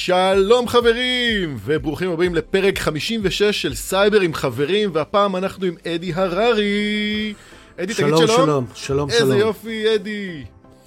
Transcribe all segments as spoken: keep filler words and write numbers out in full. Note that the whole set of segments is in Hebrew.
שלום חברים, וברוכים הבאים לפרק חמישים ושש של סייבר עם חברים, והפעם אנחנו עם אדי הררי. אדי, תגיד שלום. שלום, שלום, איזה שלום. יופי, אדי.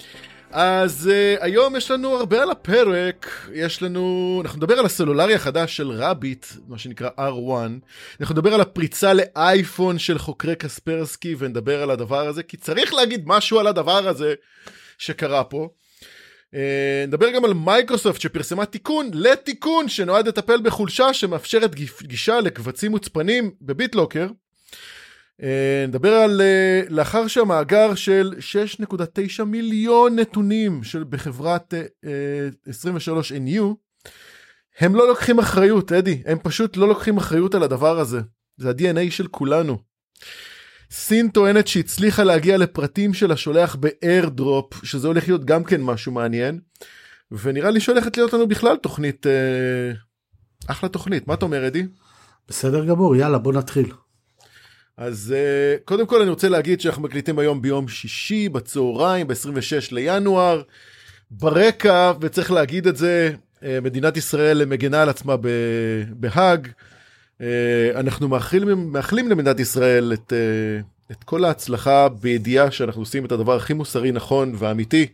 אז uh, היום יש לנו הרבה על הפרק. יש לנו, אנחנו נדבר על הסלולרי החדש של רביט, מה שנקרא אר וואן. אנחנו נדבר על הפריצה לאייפון של חוקרי קספרסקי, ונדבר על הדבר הזה, כי צריך להגיד משהו על הדבר הזה שקרה פה. Uh, נדבר גם על מייקרוסופט שפרסמה תיקון לתיקון שנועד לטפל בחולשה שמאפשרת גישה לקבצים מוצפנים בביטלוקר. Uh, נדבר על uh, לאחר שהמאגר של שש נקודה תשע מיליון נתונים של בחברת uh, עשרים ושלוש אן יו, הם לא לוקחים אחריות, אדי, הם פשוט לא לוקחים אחריות על הדבר הזה. זה ה-די אן איי של כולנו. סין טוענת שהצליחה להגיע לפרטים של השולח באיירדרופ, שזה הולך להיות גם כן משהו מעניין, ונראה לי שהולכת להיות לנו בכלל תוכנית, אה, אחלה תוכנית. מה אתה אומר, אדי? בסדר גמור, יאללה, בוא נתחיל. אז אה, קודם כל אני רוצה להגיד שאנחנו מקליטים היום ביום שישי, בצהריים, ב-עשרים ושש לינואר, ברקע, וצריך להגיד את זה, אה, מדינת ישראל מגנה על עצמה בהאג, אנחנו מאחלים, מאחלים למדינת ישראל את, את כל ההצלחה בידיעה שאנחנו עושים את הדבר הכי מוסרי, נכון ואמיתי,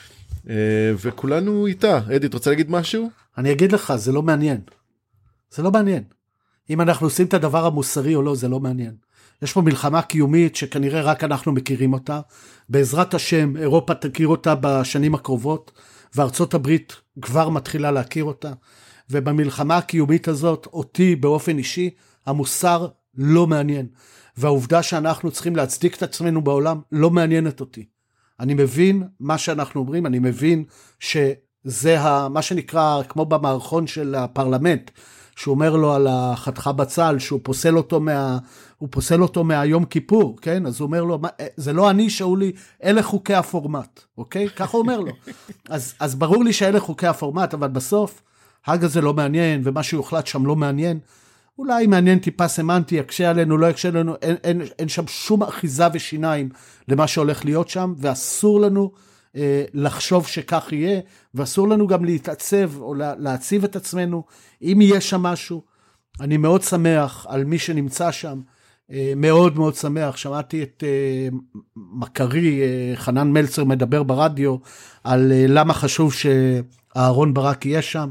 וכולנו איתה. אדי, אתה רוצה להגיד משהו? אני אגיד לך, זה לא מעניין. זה לא מעניין. אם אנחנו עושים את הדבר המוסרי או לא, זה לא מעניין. יש פה מלחמה קיומית שכנראה רק אנחנו מכירים אותה. בעזרת השם, אירופה תכיר אותה בשנים הקרובות, וארצות הברית כבר מתחילה להכיר אותה. ובמלחמה הקיומית הזאת, אותי באופן אישי, המוסר לא מעניין. והעובדה שאנחנו צריכים להצדיק את עצמנו בעולם, לא מעניינת אותי. אני מבין מה שאנחנו אומרים, אני מבין שזה ה, מה שנקרא, כמו במערכון של הפרלמנט, שהוא אומר לו על החתכה בצל, שהוא פוסל אותו מה, הוא פוסל אותו מהיום כיפור, כן? אז הוא אומר לו, זה לא אני, שאולי, אלה חוקי הפורמט, אוקיי? ככה הוא אומר לו. אז, אז ברור לי שאלה חוקי הפורמט, אבל בסוף, האג הזה לא מעניין, ומה שיוחלט שם לא מעניין, אולי מעניין טיפה סמנטי, יקשה עלינו, לא יקשה עלינו, אין, אין, אין שם שום אחיזה ושיניים למה שהולך להיות שם, ואסור לנו אה, לחשוב שכך יהיה, ואסור לנו גם להתעצב, או לה, להציב את עצמנו, אם יהיה שם משהו. אני מאוד שמח על מי שנמצא שם, אה, מאוד מאוד שמח, שמעתי את אה, מכרי, אה, חנן מלצר מדבר ברדיו, על אה, למה חשוב שאהרון ברק יהיה שם,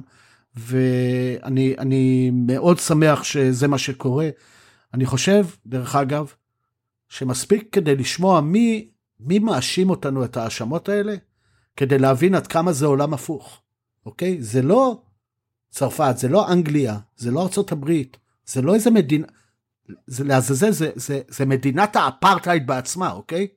ואני אני מאוד שמח שזה מה שקורה. אני חושב, דרך אגב, שמספיק כדי לשמוע מי, מי מאשים אותנו את האשמות האלה, כדי להבין עד כמה זה עולם הפוך. אוקיי? זה לא צרפת, זה לא אנגליה, זה לא ארצות הברית, זה לא איזה מדינה, זה לעזאזל, זה, זה, זה מדינת האפרטהייד בעצמה, אוקיי?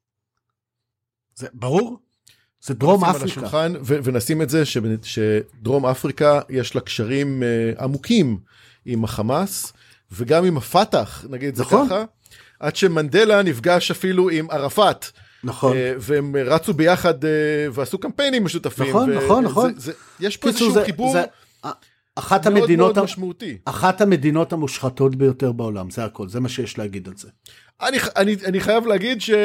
זה ברור? זה דרום אפריקה. ו- ונשים את זה ש- שדרום אפריקה יש לה קשרים uh, עמוקים עם החמאס, וגם עם הפתח, נגיד נכון. זה ככה, עד שמנדלה נפגש אפילו עם ערפאת. נכון. Uh, והם רצו ביחד uh, ועשו קמפיינים משותפים. נכון, ו- נכון, נכון. זה, זה, יש פה איזשהו זה, חיבור זה, אחת מאוד המדינות, מאוד משמעותי. אחת המדינות המושחתות ביותר בעולם, זה הכל, זה מה שיש להגיד על זה. אני, אני, אני חייב להגיד ש...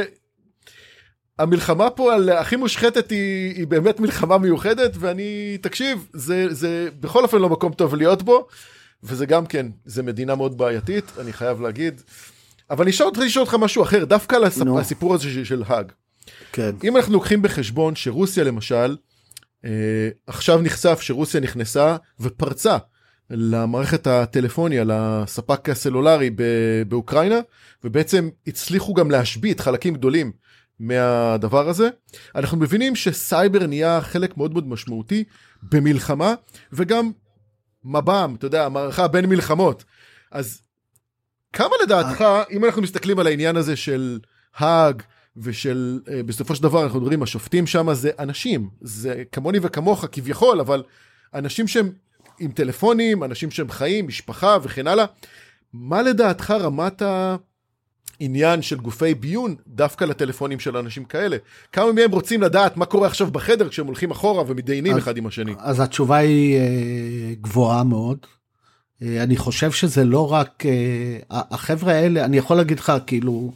המלחמה פה על הכי מושחתת היא, היא באמת מלחמה מיוחדת, ואני, תקשיב, זה, זה בכל אופן לא מקום טוב להיות בו, וזה גם כן, זה מדינה מאוד בעייתית, אני חייב להגיד. אבל אני רוצה לשאול אותך משהו אחר, דווקא על הספ... no. הסיפור הזה של, של האג. כן. אם אנחנו לוקחים בחשבון שרוסיה למשל, אה, עכשיו נחשף שרוסיה נכנסה ופרצה למערכת הטלפוניה, לספק הסלולרי באוקראינה, ובעצם הצליחו גם להשבית חלקים גדולים, מהדבר הזה, אנחנו מבינים שסייבר נהיה חלק מאוד מאוד משמעותי במלחמה, וגם מב"ם, אתה יודע, המערכה בין מלחמות. אז כמה לדעתך, אם אנחנו מסתכלים על העניין הזה של האג, ושל, בסופו של דבר אנחנו מדברים, השופטים שם זה אנשים, זה כמוני וכמוך כביכול, אבל אנשים שהם עם טלפונים, אנשים שהם חיים, משפחה וכן הלאה, מה לדעתך רמת ה... עניין של גופי ביון דווקא לטלפונים של אנשים כאלה? כמה מהם רוצים לדעת מה קורה עכשיו בחדר כשהם הולכים אחורה ומתדיינים אחד עם השני? אז התשובה היא גבוהה מאוד. אני חושב שזה לא רק, החבר'ה האלה, אני יכול להגיד לך כאילו,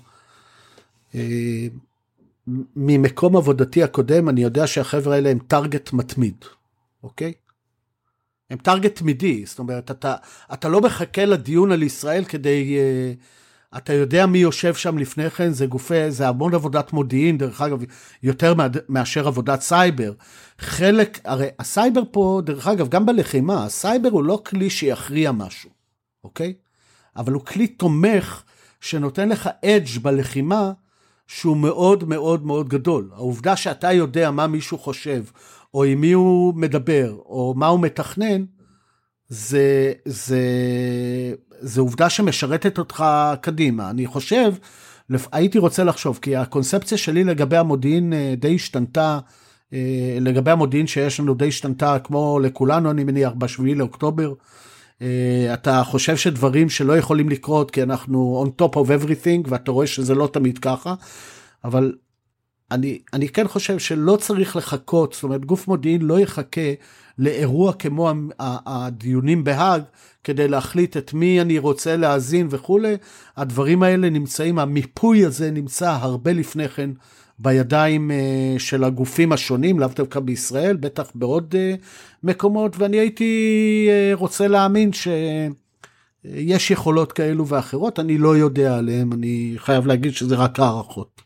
ממקום עבודתי הקודם, אני יודע שהחבר'ה האלה הם טרגט מתמיד, אוקיי? הם טרגט תמידי, זאת אומרת, אתה, אתה לא מחכה לדיון על ישראל כדי, אתה יודע מי יושב שם לפני כן, זה גופי, זה המון עבודת מודיעין, דרך אגב, יותר מאשר עבודת סייבר. חלק, הרי הסייבר פה, דרך אגב, גם בלחימה, הסייבר הוא לא כלי שיכריע משהו, אוקיי? אבל הוא כלי תומך שנותן לך אדג' בלחימה, שהוא מאוד מאוד מאוד גדול. העובדה שאתה יודע מה מישהו חושב, או עם מי הוא מדבר, או מה הוא מתכנן, זה, זה, זה עובדה שמשרתת אותך קדימה. אני חושב, הייתי רוצה לחשוב, כי הקונספציה שלי לגבי המודיעין די השתנתה, לגבי המודיעין שיש לנו די השתנתה, כמו לכולנו, אני מניח, בשביעי לאוקטובר, אתה חושב שדברים שלא יכולים לקרות, כי אנחנו on top of everything, ואתה רואה שזה לא תמיד ככה, אבל אני, אני כן חושב שלא צריך לחכות, זאת אומרת, גוף מודיעין לא יחכה לאירוע כמו הדיונים בהאג, כדי להחליט את מי אני רוצה להאזין וכו'. הדברים האלה נמצאים, המיפוי הזה נמצא הרבה לפני כן, בידיים של הגופים השונים, לאו דווקא בישראל, בטח בעוד מקומות, ואני הייתי רוצה להאמין שיש יכולות כאלו ואחרות, אני לא יודע עליהם, אני חייב להגיד שזה רק הערכות.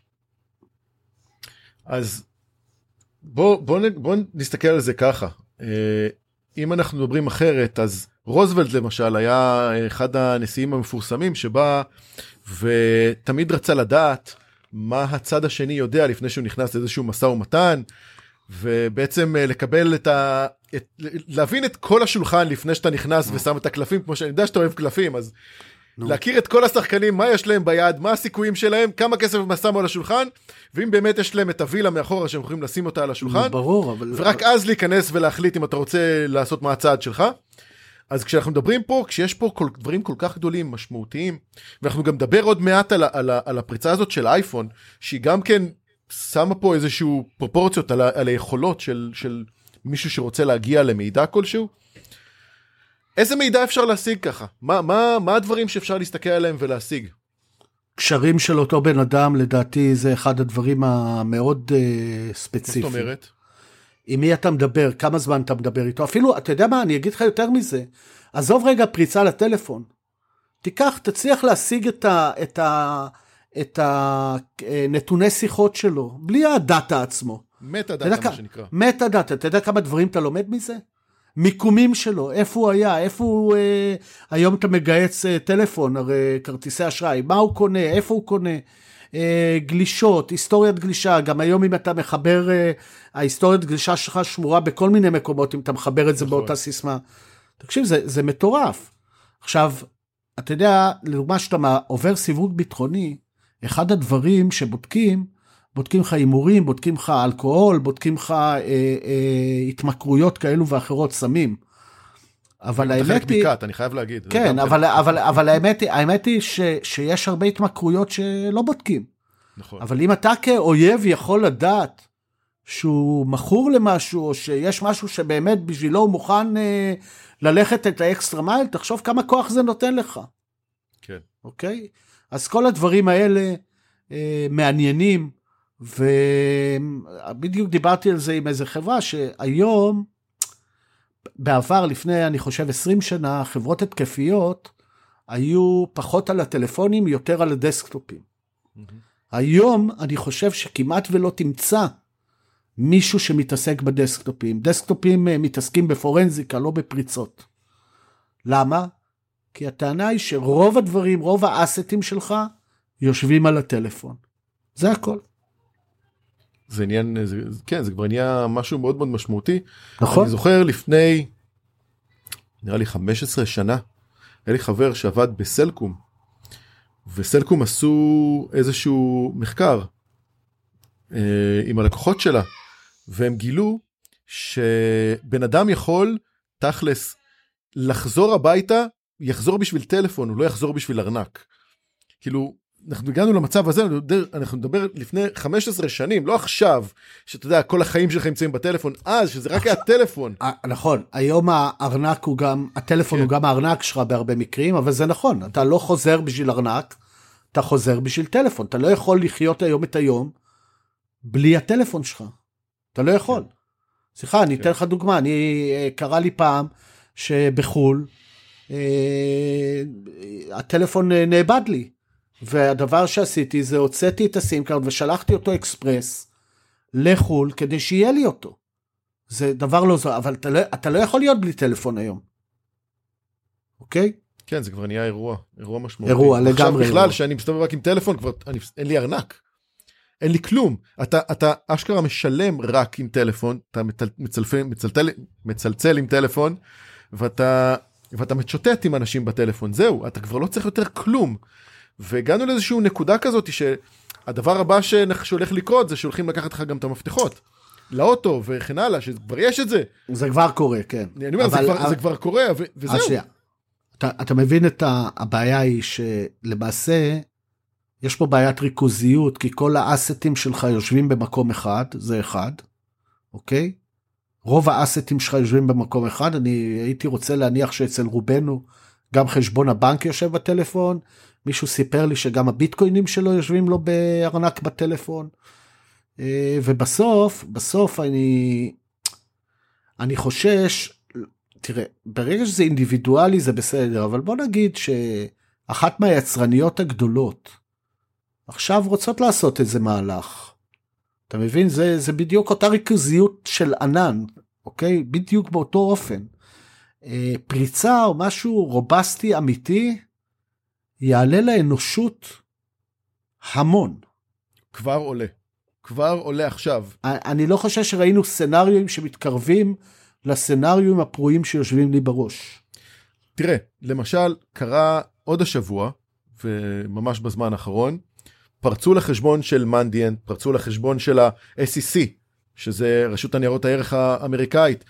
אז בוא, בוא, בוא נסתכל על זה ככה. אם אנחנו מדברים אחרת, אז רוזוולט למשל היה אחד הנשיאים המפורסמים שבא ותמיד רצה לדעת מה הצד השני יודע לפני שהוא נכנס לאיזשהו מסע ומתן, ובעצם לקבל את ה... את... להבין את כל השולחן לפני שאתה נכנס ושם את הקלפים, כמו שאני יודע שאתה אוהב קלפים, אז להכיר את כל השחקנים, מה יש להם ביד, מה הסיכויים שלהם, כמה כסף הם שמו על השולחן, ואם באמת יש להם את הווילה מאחורה שהם יכולים לשים אותה על השולחן, ברור, אבל... ורק אז להיכנס ולהחליט אם אתה רוצה לעשות מה הצעד שלך. אז כשאנחנו מדברים פה, כשיש פה כל, דברים כל כך גדולים, משמעותיים, ואנחנו גם נדבר עוד מעט על, על, על הפריצה הזאת של אייפון, שהיא גם כן שמה פה איזשהו פרופורציות על, על היכולות של, של מישהו שרוצה להגיע למידע כלשהו. איזה מידע אפשר להשיג ככה? מה, מה, מה הדברים שאפשר להסתכל עליהם ולהשיג? קשרים של אותו בן אדם, לדעתי, זה אחד הדברים המאוד uh, ספציפיים. זאת אומרת? עם מי אתה מדבר, כמה זמן אתה מדבר איתו, אפילו, אתה יודע מה, אני אגיד לך יותר מזה, עזוב רגע פריצה לטלפון, תיקח, תצליח להשיג את ה, את ה, את הנתוני שיחות שלו, בלי הדאטה עצמו. מטה דאטה, מה שנקרא. מטה דאטה, אתה יודע כמה דברים אתה לומד מזה? מיקומים שלו, איפה הוא היה, איפה הוא, אה, היום אתה מגייץ אה, טלפון, הרי כרטיסי אשראי, מה הוא קונה, איפה הוא קונה, אה, גלישות, היסטוריית גלישה, גם היום אם אתה מחבר, אה, ההיסטוריית גלישה שלך שמורה בכל מיני מקומות, אם אתה מחבר את זה נכון. באותה סיסמה. תקשיב, זה, זה מטורף. עכשיו, אתה יודע, לדוגמה שאתה עובר סיווג ביטחוני, אחד הדברים שבודקים, בודקים לך הימורים, בודקים לך אלכוהול, בודקים לך אה, אה, התמכרויות כאלו ואחרות, סמים. אבל האמת היא... ביקת, אני חייב להגיד. כן, אבל, אבל, אבל האמת היא, האמת היא ש, שיש הרבה התמכרויות שלא בודקים. נכון. אבל אם אתה כאויב יכול לדעת שהוא מכור למשהו, או שיש משהו שבאמת בשבילו הוא מוכן אה, ללכת את האקסטרה מייל, תחשוב כמה כוח זה נותן לך. כן. אוקיי? אז כל הדברים האלה אה, מעניינים, ובדיוק דיברתי על זה עם איזה חברה, שהיום, בעבר, לפני אני חושב עשרים שנה, חברות התקפיות, היו פחות על הטלפונים, יותר על הדסקטופים. Mm-hmm. היום אני חושב שכמעט ולא תמצא מישהו שמתעסק בדסקטופים. דסקטופים מתעסקים בפורנזיקה, לא בפריצות. למה? כי הטענה היא שרוב הדברים, רוב האסטים שלך, יושבים על הטלפון. זה הכל. זה עניין, זה, כן, זה כבר נהיה משהו מאוד מאוד משמעותי. נכון. אני זוכר לפני, נראה לי חמש עשרה שנה, היה לי חבר שעבד בסלקום, וסלקום עשו איזשהו מחקר אה, עם הלקוחות שלה, והם גילו שבן אדם יכול, תכלס, לחזור הביתה, יחזור בשביל טלפון, הוא לא יחזור בשביל ארנק. כאילו, אנחנו הגענו למצב הזה, אנחנו נדבר לפני חמש עשרה שנים, לא עכשיו, שאתה יודע, כל החיים שלך נמצאים בטלפון, אז, שזה רק היה טלפון. נכון, היום הארנק הוא גם, הטלפון הוא גם הארנק שלך בהרבה מקרים, אבל זה נכון, אתה לא חוזר בשביל ארנק, אתה חוזר בשביל טלפון, אתה לא יכול לחיות היום את היום, בלי הטלפון שלך, אתה לא יכול. סליחה, אני אתן לך דוגמה, אני, קרא לי פעם, שבחול, אה, הטלפון נאבד לי, והדבר שעשיתי זה הוצאתי את הסים קארד ושלחתי אותו אקספרס לחול כדי שיהיה לי אותו. זה דבר לא זו, אבל אתה לא, אתה לא יכול להיות בלי טלפון היום. אוקיי? כן, זה כבר נהיה אירוע, אירוע משמעותי. אירוע, לגמרי אירוע. עכשיו בכלל, שאני מסתובב רק עם טלפון, כבר אני, אין לי ארנק. אין לי כלום. אתה, אתה אשכרה משלם רק עם טלפון, אתה מצלצל, מצלצל, מצלצל עם טלפון, ואתה, ואתה מצ'וטט עם אנשים בטלפון. זהו, אתה כבר לא צריך יותר כלום. והגענו לאיזושהי נקודה כזאת, שהדבר הבא שהולך לקרות, זה שהולכים לקחת לך גם את המפתחות. לאוטו וכן הלאה, שכבר יש את זה. זה כבר קורה, כן. אני אומר, אבל, זה, כבר, אבל... זה כבר קורה, ו- וזהו. השיה. אתה, אתה מבין את הבעיה היא שלמעשה, יש פה בעיית ריכוזיות, כי כל האסטים שלך יושבים במקום אחד, זה אחד, אוקיי? רוב האסטים שלך יושבים במקום אחד, אני הייתי רוצה להניח שאצל רובנו, גם חשבון הבנק יושב בטלפון, מישהו סיפר לי שגם הביטקוינים שלו יושבים לו בארנק בטלפון, ובסוף, בסוף אני, אני חושש, תראה, ברגע שזה אינדיבידואלי זה בסדר, אבל בוא נגיד שאחת מהיצרניות הגדולות, עכשיו רוצות לעשות איזה מהלך. אתה מבין? זה, זה בדיוק אותה ריכוזיות של ענן, אוקיי? בדיוק באותו אופן. פריצה או משהו רובסטי אמיתי, יעלה לאנושות המון. כבר עולה. כבר עולה עכשיו. אני לא חושב שראינו סצנריונים שמתקרבים לסצנריונים הפרועים שיושבים לי בראש. תראה, למשל, קרה עוד השבוע, וממש בזמן האחרון, פרצו לחשבון של מנדיאנט, פרצו לחשבון של ה-אס אי סי, שזה רשות הניירות הערך האמריקאית,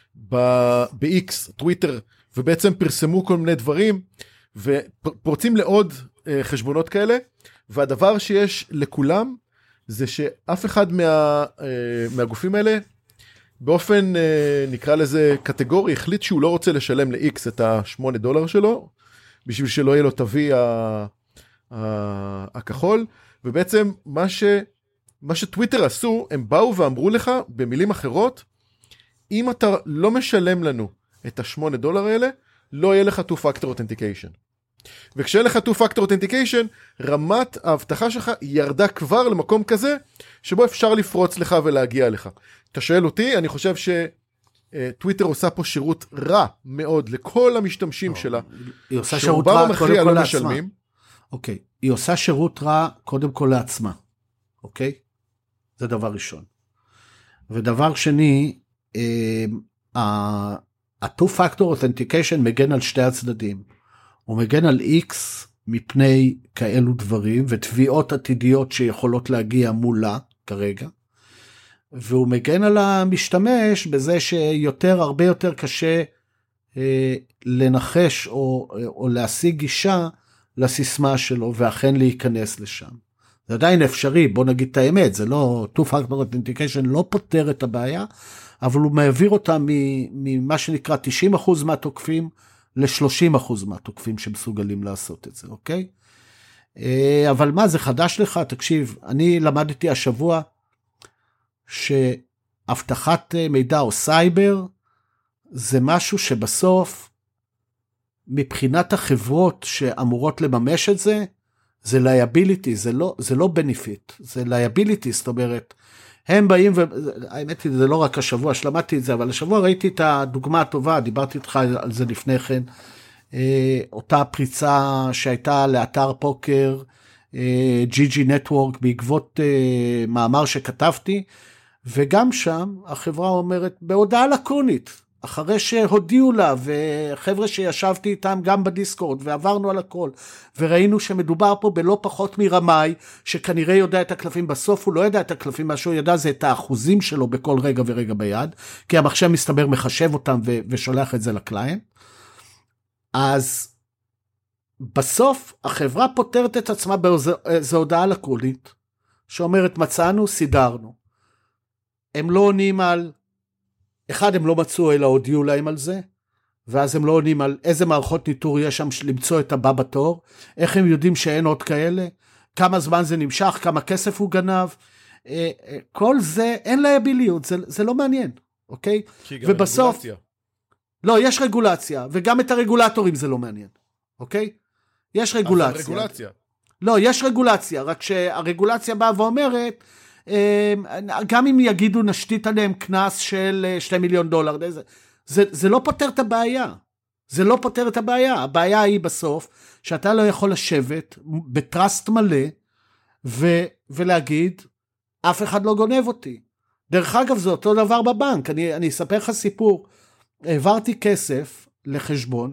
ב-X, טוויטר, ובעצם פרסמו כל מיני דברים, ופורצים לעוד חשבונות כאלה, והדבר שיש לכולם, זה שאף אחד מה, מהגופים האלה, באופן נקרא לזה קטגורי, החליט שהוא לא רוצה לשלם ל-X את ה-שמונה דולר שלו, בשביל שלא יהיה לו תווי הכחול, ובעצם מה, ש, מה שטוויטר עשו, הם באו ואמרו לך, במילים אחרות, אם אתה לא משלם לנו את ה-שמונה דולר האלה, לא יהיה לך two-factor authentication. וכשאין לך two-factor authentication, רמת ההבטחה שלך ירדה כבר למקום כזה, שבו אפשר לפרוץ לך ולהגיע לך. אתה שואל אותי, אני חושב שטוויטר עושה פה שירות רע מאוד לכל המשתמשים שלה. היא עושה שירות רע קודם כל לעצמה. אוקיי, היא עושה שירות רע קודם כל לעצמה. אוקיי? זה דבר ראשון. ודבר שני, ה-two-factor authentication מגן על שתי הצדדים. הוא מגן על X מפני כאלו דברים, ותביעות עתידיות שיכולות להגיע מולה כרגע, והוא מגן על המשתמש בזה שיותר, הרבה יותר קשה אה, לנחש או, או להשיג גישה לסיסמה שלו, ואכן להיכנס לשם. זה עדיין אפשרי, בוא נגיד את האמת, זה לא, two-factor authentication לא פותר את הבעיה, אבל הוא מעביר אותה ממה שנקרא תשעים אחוז מהתוקפים, ל-שלושים אחוז מהתוקפים שמסוגלים לעשות את זה, אוקיי? אבל מה, זה חדש לך? תקשיב, אני למדתי השבוע שהבטחת מידע או סייבר, זה משהו שבסוף, מבחינת החברות שאמורות לממש את זה, זה liability, זה לא, זה לא benefit, זה liability, זאת אומרת, הם באים, והאמת היא, זה לא רק השבוע, שלמדתי את זה, אבל השבוע ראיתי את הדוגמה הטובה, דיברתי איתך על זה לפני כן, אותה פריצה שהייתה לאתר פוקר, ג'י ג'י Network, בעקבות מאמר שכתבתי, וגם שם החברה אומרת, בהודעה לקונית, אחרי שהודיעו לה, וחבר'ה שישבתי איתם גם בדיסקורד, ועברנו על הכל, וראינו שמדובר פה בלא פחות מרמאי, שכנראה יודע את הקלפים, בסוף הוא לא יודע את הקלפים, מה שהוא ידע זה את האחוזים שלו בכל רגע ורגע ביד, כי המחשב מסתבר מחשב אותם, ו- ושולח את זה לקליינט. אז בסוף החברה פותרת את עצמה באיזו הודעה לקונית, שאומרת מצאנו, סידרנו. הם לא עונים על אחד, הם לא מצאו, אלא הודיעו להם על זה, ואז הם לא עונים על איזה מערכות ניטור יש שם למצוא את הבא בתור, איך הם יודעים שאין עוד כאלה, כמה זמן זה נמשך, כמה כסף הוא גנב, כל זה, אין ליביליות, זה, זה לא מעניין, אוקיי? ובסוף, לא, יש רגולציה, וגם את הרגולטורים זה לא מעניין, אוקיי? יש רגולציה. אז רגולציה. לא, יש רגולציה, רק שהרגולציה באה ואומרת, גם אם יגידו נשתית עליהם כנס של שני מיליון דולר, זה, זה, זה לא פותר את הבעיה. זה לא פותר את הבעיה. הבעיה היא בסוף, שאתה לא יכול לשבת בטרסט מלא, ו, ולהגיד, אף אחד לא גונב אותי. דרך אגב, זה אותו דבר בבנק. אני, אני אספר לך סיפור. העברתי כסף לחשבון,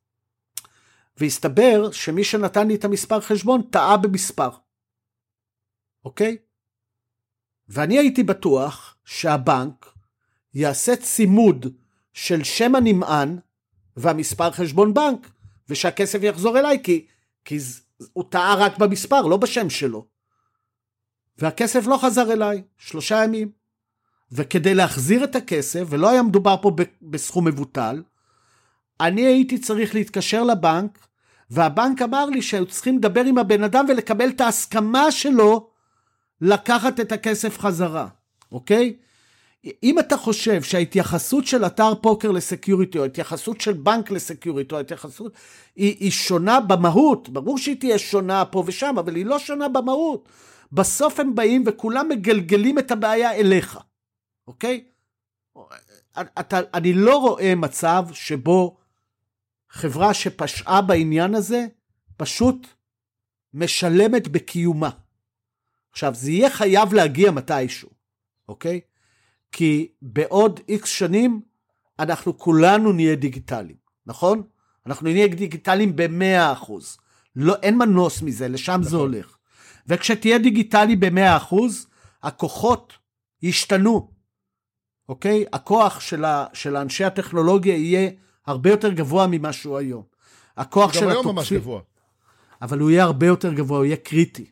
והסתבר שמי שנתן לי את המספר חשבון, טעה במספר. אוקיי? ואני הייתי בטוח שהבנק יעשה צימוד של שם הנמען והמספר חשבון בנק, ושהכסף יחזור אליי, כי, כי הוא טעה רק במספר, לא בשם שלו. והכסף לא חזר אליי, שלושה ימים. וכדי להחזיר את הכסף, ולא היה מדובר פה בסכום מבוטל, אני הייתי צריך להתקשר לבנק, והבנק אמר לי שהיו צריכים לדבר עם הבן אדם, ולקבל את ההסכמה שלו, לקחת את הכסף חזרה, אוקיי? אם אתה חושב שההתייחסות של אתר פוקר לסקיוריטי, או ההתייחסות של בנק לסקיוריטי, או ההתייחסות היא, היא שונה במהות, ברור שהיא תהיה שונה פה ושם, אבל היא לא שונה במהות. בסוף הם באים וכולם מגלגלים את הבעיה אליך, אוקיי? אתה, אני לא רואה מצב שבו חברה שפשעה בעניין הזה, פשוט משלמת בקיומה. עכשיו, זה יהיה חייב להגיע מתישהו, אוקיי? כי בעוד איקס שנים, אנחנו כולנו נהיה דיגיטליים, נכון? אנחנו נהיה דיגיטליים ב-מאה אחוז. לא, אין מנוס מזה, לשם נכון. זה הולך. וכשתהיה דיגיטלי ב-מאה אחוז, הכוחות ישתנו, אוקיי? הכוח של, ה, של האנשי הטכנולוגיה יהיה הרבה יותר גבוה ממה שהוא היום. הכוח של התוקפים... ממש גבוה. אבל הוא יהיה הרבה יותר גבוה, הוא יהיה קריטי.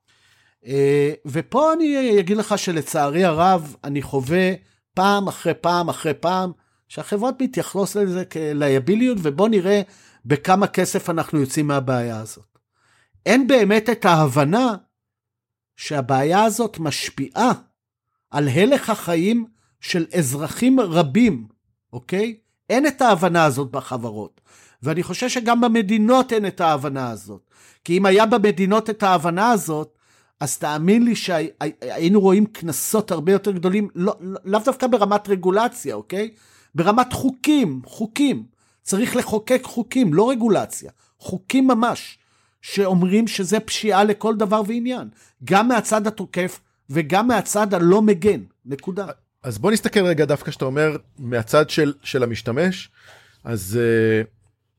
ופה אני אגיד לך שלצערי הרב, אני חווה פעם אחרי פעם אחרי פעם, שהחברות מתייחסות לזה כלייביליות, ובוא נראה בכמה כסף אנחנו יוצאים מהבעיה הזאת. אין באמת את ההבנה שהבעיה הזאת משפיעה על הלך החיים של אזרחים רבים, אוקיי? אין את ההבנה הזאת בחברות, ואני חושב שגם במדינות אין את ההבנה הזאת, כי אם היה במדינות את ההבנה הזאת, אז תאמין לי שהיינו רואים כנסות הרבה יותר גדולים, לא, לא דווקא ברמת רגולציה, אוקיי? ברמת חוקים, חוקים. צריך לחוקק חוקים, לא רגולציה. חוקים ממש, שאומרים שזה פשיעה לכל דבר ועניין. גם מהצד התוקף וגם מהצד הלא מגן. נקודה. אז בוא נסתכל רגע דווקא שאתה אומר, מהצד של, של המשתמש, אז... Uh...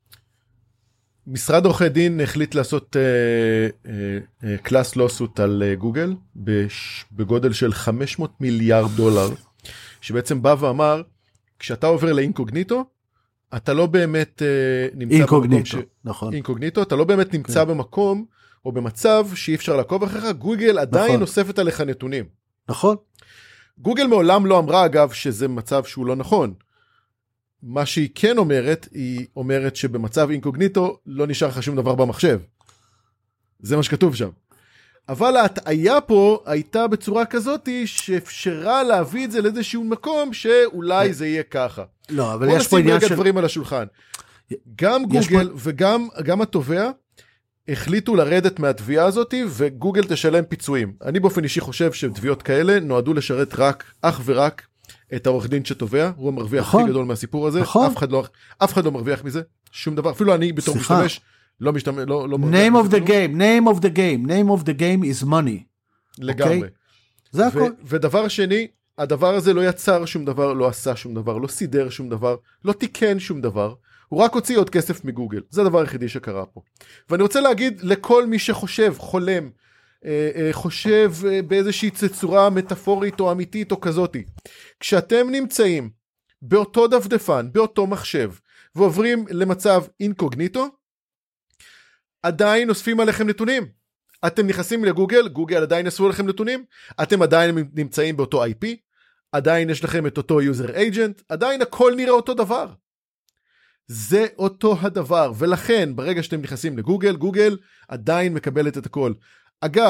משרד עורכי דין החליט לעשות קלאס לוסוט על גוגל בגודל של חמש מאות מיליארד דולר, שבעצם בא ואמר, כשאתה עובר לאינקוגניטו, אתה לא באמת נמצא אינקוגניטו, ש... נכון. אינקוגניטו, אתה לא באמת נמצא כן. במקום או במצב שאי אפשר לעקוב אחריך, גוגל עדיין נכון. נוספת עליך נתונים. נכון. גוגל מעולם לא אמרה אגב שזה מצב שהוא לא נכון. מה שהיא כן אומרת, היא אומרת שבמצב אינקוגניטו לא נשאר לך שום דבר במחשב. זה מה שכתוב שם. אבל ההטעיה פה הייתה בצורה כזאת שאפשרה להביא את זה לאיזשהו מקום שאולי זה יהיה ככה. לא, אבל יש פה עניין של... בוא נשים רגע דברים על השולחן. גם גוגל וגם גם התובע החליטו לרדת מהתביעה הזאת, וגוגל תשלם פיצויים. אני באופן אישי חושב שתביעות כאלה נועדו לשרת רק, אך ורק, את העורך דין שתובע, הוא המרוויח נכון, הכי גדול מהסיפור הזה, נכון. אף אחד לא, אף אחד לא מרוויח מזה, שום דבר, אפילו אני בתור סליחה. משתמש, לא משתמש, לא, לא מרוויח name of the game, name of the game, name of the game is money. לגמרי. Okay? זה הכל. ודבר שני, הדבר הזה לא יצר שום דבר, לא עשה שום דבר, לא סידר שום דבר, לא תיקן שום דבר, הוא רק הוציא עוד כסף מגוגל, זה הדבר היחידי שקרה פה. ואני רוצה להגיד לכל מי שחושב, חולם, חושב באיזושהי צורה מטאפורית או אמיתית או כזאתי. כשאתם נמצאים באותו דפדפן, באותו מחשב, ועוברים למצב אינקוגניטו, עדיין אוספים עליכם נתונים. אתם נכנסים לגוגל, גוגל עדיין אספו עליכם נתונים, אתם עדיין נמצאים באותו איי פי, עדיין יש לכם את אותו user agent, עדיין הכל נראה אותו דבר. זה אותו הדבר, ולכן ברגע שאתם נכנסים לגוגל, גוגל עדיין מקבלת את הכל. אגב,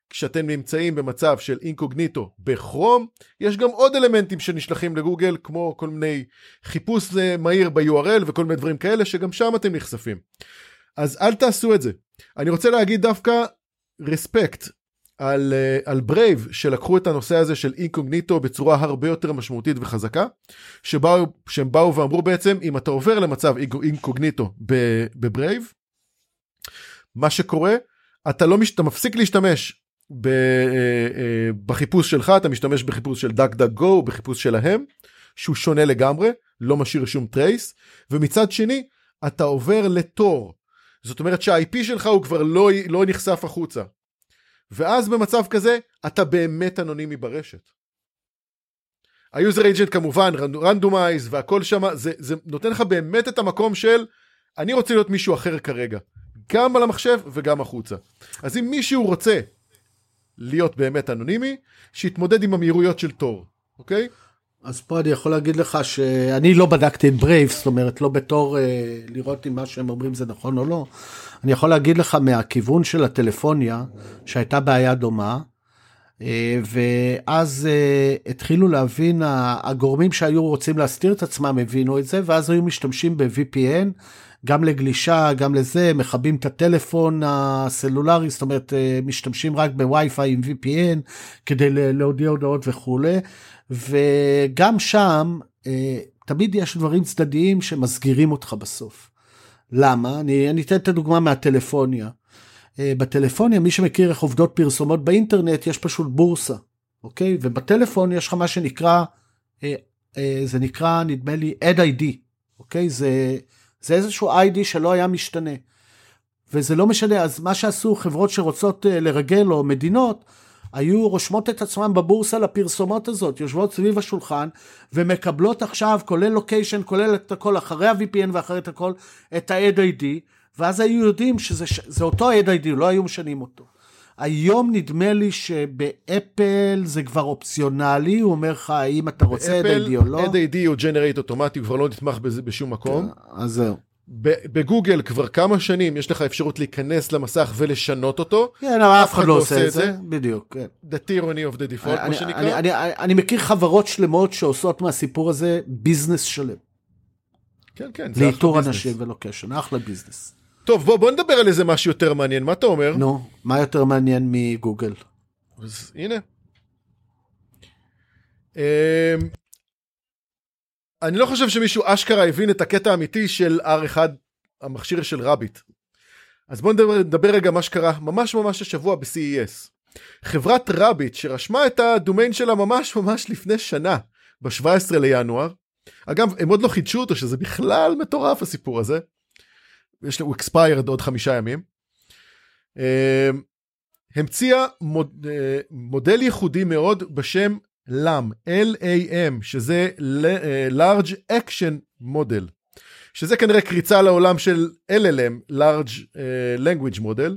כשאתם נמצאים במצב של אינקוגניטו בכרום, יש גם עוד אלמנטים שנשלחים לגוגל, כמו כל מיני חיפוש מהיר ב-יו אר אל וכל מיני דברים כאלה, שגם שם אתם נחשפים. אז אל תעשו את זה. אני רוצה להגיד דווקא רספקט על, על ברייב, שלקחו את הנושא הזה של אינקוגניטו בצורה הרבה יותר משמעותית וחזקה, שבאו, שהם באו ואמרו בעצם, אם אתה עובר למצב אינקוגניטו בברייב, מה שקורה, אתה לא מש... אתה מפסיק להשתמש ב... בחיפוש שלך, אתה משתמש בחיפוש של דאק דאק גו, בחיפוש שלהם, שהוא שונה לגמרי, לא משאיר שום טרייס, ומצד שני, אתה עובר לתור. זאת אומרת שה-איי פי שלך הוא כבר לא, לא נחשף החוצה. ואז במצב כזה, אתה באמת אנונימי ברשת. היוזר אייג'נט כמובן, רנדומייז והכל שם, זה, זה נותן לך באמת את המקום של, אני רוצה להיות מישהו אחר כרגע. גם על המחשב וגם החוצה. אז אם מישהו רוצה להיות באמת אנונימי, שיתמודד עם המהירויות של תור, אוקיי? אז פה אני יכול להגיד לך שאני לא בדקתי את ברייב, זאת אומרת, לא בתור אה, לראות אם מה שהם אומרים זה נכון או לא. אני יכול להגיד לך מהכיוון של הטלפוניה, שהייתה בעיה דומה, אה, ואז אה, התחילו להבין, הגורמים שהיו רוצים להסתיר את עצמם הבינו את זה, ואז היו משתמשים ב-וי פי אן, גם לגלישה, גם לזה, מחבים את הטלפון הסלולרי, זאת אומרת, משתמשים רק בווי-פיי עם וי פי אן, כדי להודיע הודעות וכו'. וגם שם, תמיד יש דברים צדדיים שמסגירים אותך בסוף. למה? אני, אני אתן את הדוגמה מהטלפוניה. בטלפוניה, מי שמכיר איך עובדות פרסומות באינטרנט, יש פשוט בורסה, אוקיי? ובטלפון יש לך מה שנקרא, זה נקרא, נדמה לי, אד איי די, אוקיי? זה... זה איזשהו איי די שלא היה משתנה. וזה לא משנה, אז מה שעשו חברות שרוצות לרגל או מדינות, היו רושמות את עצמם בבורסה לפרסומות הזאת, יושבות סביב השולחן, ומקבלות עכשיו, כולל לוקיישן, כולל את הכל, אחרי ה-וי פי אן ואחרי את הכל, את ה-אד איי די, ואז היו יודעים שזה זה אותו אד איי די, לא היו משנים אותו. היום נדמה לי שבאפל זה כבר אופציונלי, הוא אומר לך, האם אתה רוצה אד איי די או לא. אד איי די הוא ג'נרייט אוטומטי, הוא כבר לא נתמך בזה בשום מקום. אז זהו. בגוגל כבר כמה שנים יש לך אפשרות להיכנס למסך ולשנות אותו. כן, אבל אף אחד לא עושה את זה. בדיוק, כן. The tyranny of the default, מה שנקרא. אני מכיר חברות שלמות שעושות מהסיפור הזה ביזנס שלם. כן, כן. לאיתור אנשים ולוקיישן, אחלה ביזנס. טוב, בוא, בוא נדבר על איזה משהו יותר מעניין, מה אתה אומר? נו, מה יותר מעניין מגוגל? אז הנה. אני לא חושב שמישהו אשכרה הבין את הקטע האמיתי של אר אחד, המכשיר של רביט. אז בוא נדבר, נדבר רגע מה שקרה, ממש ממש השבוע ב-סי אי אס. חברת רביט שרשמה את הדומיין שלה ממש ממש לפני שנה, ב-שבעה עשר לינואר. אגב, הם עוד לא חידשו אותו, שזה בכלל מטורף הסיפור הזה. יש לו expired עוד חמישה ימים. המציאה מוד, מודל ייחודי מאוד בשם לאם, אל איי אם, שזה Large Action Model, שזה כנראה קריצה לעולם של אל אל אם, Large Language Model,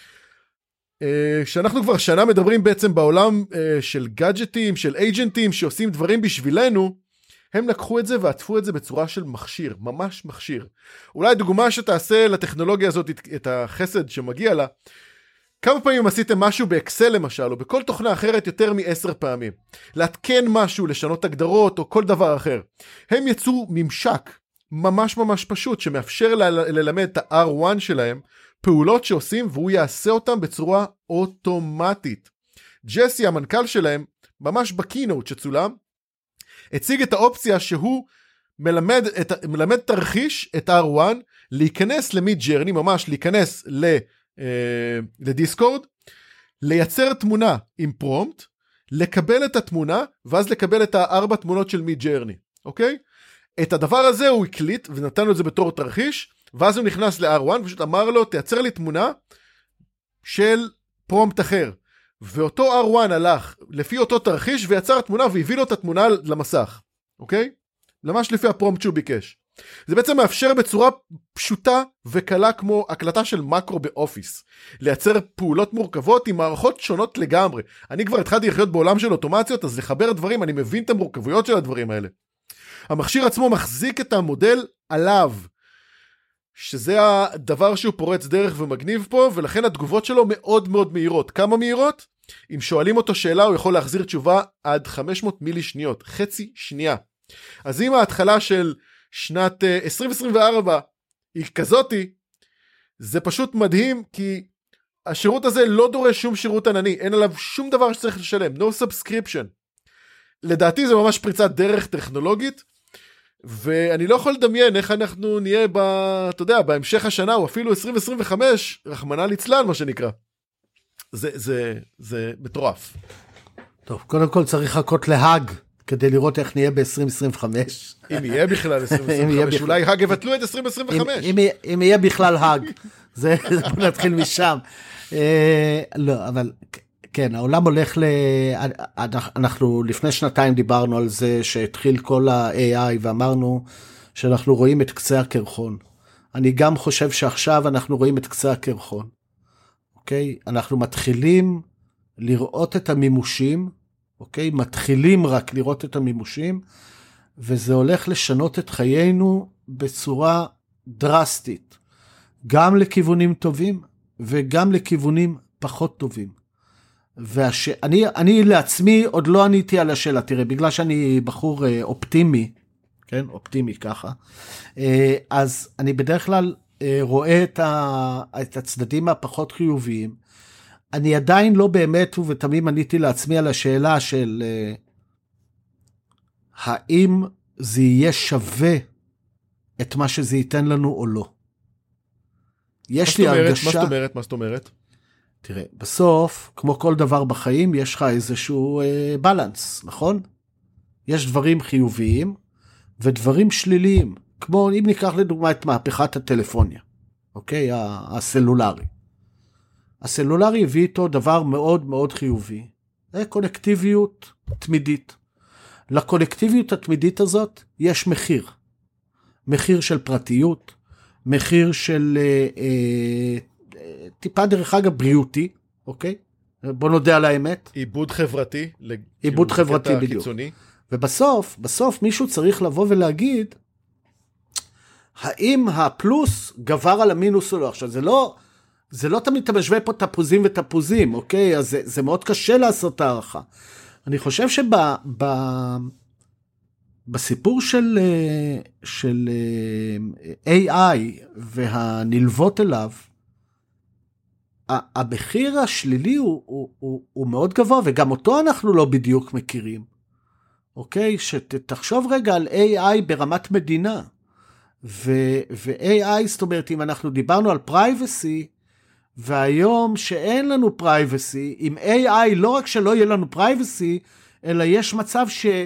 שאנחנו כבר שנה מדברים בעצם בעולם של גאדג'טים, של אייג'נטים שעושים דברים בשבילנו, הם לקחו את זה ועטפו את זה בצורה של מכשיר, ממש מכשיר. אולי דוגמה שתעשה לטכנולוגיה הזאת את החסד שמגיע לה, כמה פעמים עשיתם משהו באקסל למשל, או בכל תוכנה אחרת יותר מעשר פעמים. להתקן משהו, לשנות הגדרות, או כל דבר אחר. הם יצאו ממשק ממש ממש פשוט, שמאפשר ל- ללמד את ה-אר אחת שלהם, פעולות שעושים, והוא יעשה אותם בצורה אוטומטית. ג'סי, המנכ"ל שלהם, ממש בקינוט שצולם, הציג את האופציה שהוא מלמד, את, מלמד תרחיש את אר אחת, להיכנס למיד ג'רני, ממש להיכנס ל... לדיסקורד, לייצר תמונה עם פרומפט, לקבל את התמונה, ואז לקבל את הארבע תמונות של מיד ג'רני, אוקיי? את הדבר הזה הוא הקליט, ונתן לו את זה בתור תרחיש, ואז הוא נכנס ל-אר אחת, ופשוט אמר לו, תייצר לי תמונה של פרומפט אחר, ואותו אר אחת הלך לפי אותו תרחיש, ויצר תמונה, והביא לו את התמונה למסך, אוקיי? ממש לפי הפרומפט שהוא ביקש. זה בעצם מאפשר בצורה פשוטה וקלה כמו הקלטה של מקרו באופיס, לייצר פעולות מורכבות עם מערכות שונות לגמרי. אני כבר התחלתי לחיות בעולם של אוטומציות, אז לחבר דברים, אני מבין את המורכבויות של הדברים האלה. המכשיר עצמו מחזיק את המודל עליו, שזה הדבר שהוא פורץ דרך ומגניב פה, ולכן התגובות שלו מאוד מאוד מהירות. כמה מהירות? אם שואלים אותו שאלה, הוא יכול להחזיר תשובה עד חמש מאות מילי שניות, חצי שנייה. אז אם ההתחלה של שנת עשרים עשרים וארבע היא כזאתי, זה פשוט מדהים, כי השירות הזה לא דורש שום שירות ענני, אין עליו שום דבר שצריך לשלם, no subscription. לדעתי זה ממש פריצת דרך טכנולוגית, ואני לא יכול לדמיין איך אנחנו נהיה ב, אתה יודע, בהמשך השנה, או אפילו עשרים עשרים וחמש, רחמנא ליצלן, מה שנקרא. זה, זה, זה מטורף. טוב, קודם כל צריך לחכות להאג, כדי לראות איך נהיה ב-עשרים עשרים וחמש. אם יהיה בכלל עשרים עשרים וחמש, אולי האג יבטלו את עשרים עשרים וחמש. אם, אם, אם יהיה בכלל האג, זה, בוא נתחיל משם. אה, לא, אבל כן, העולם הולך ל... אנחנו לפני שנתיים דיברנו על זה שהתחיל כל ה-איי איי ואמרנו שאנחנו רואים את קצה הקרחון. אני גם חושב שעכשיו אנחנו רואים את קצה הקרחון. אוקיי? אנחנו מתחילים לראות את המימושים, אוקיי? מתחילים רק לראות את המימושים, וזה הולך לשנות את חיינו בצורה דרסטית. גם לכיוונים טובים וגם לכיוונים פחות טובים. ואני אני לעצמי עוד לא עניתי על השאלה, תראה, בגלל שאני בחור אופטימי, כן, אופטימי ככה, אז אני בדרך כלל רואה את, ה, את הצדדים הפחות חיוביים. אני עדיין לא באמת, ותמיד עניתי לעצמי על השאלה של האם זה יהיה שווה את מה שזה ייתן לנו או לא. יש לי הרגשה... מה זאת אומרת? מה זאת אומרת? תראה, בסוף, כמו כל דבר בחיים, יש לך איזשהו אה, בלנס, נכון? יש דברים חיוביים ודברים שליליים, כמו אם ניקח לדוגמה את מהפכת הטלפוניה, אוקיי? הסלולרי. הסלולרי הביא איתו דבר מאוד מאוד חיובי, זה קונקטיביות תמידית. לקונקטיביות התמידית הזאת יש מחיר. מחיר של פרטיות, מחיר של... אה, אה, טיפה דרך אגב בריאותי, אוקיי? בוא נודה על האמת. עיבוד חברתי. עיבוד חברתי בדיוק. ובסוף, בסוף מישהו צריך לבוא ולהגיד, האם הפלוס גבר על המינוס או לא? עכשיו, זה לא, זה לא תמיד אתה משווה פה תפוזים ותפוזים, אוקיי? אז זה, זה מאוד קשה לעשות הערכה. אני חושב שב, ב, בסיפור של, של איי איי והנלוות אליו, המחיר השלילי הוא, הוא, הוא, הוא מאוד גבוה, וגם אותו אנחנו לא בדיוק מכירים. אוקיי? שתחשוב רגע על איי איי ברמת מדינה. ו-איי איי, זאת אומרת, אם אנחנו דיברנו על privacy, והיום שאין לנו privacy, עם איי איי לא רק שלא יהיה לנו privacy, אלא יש מצב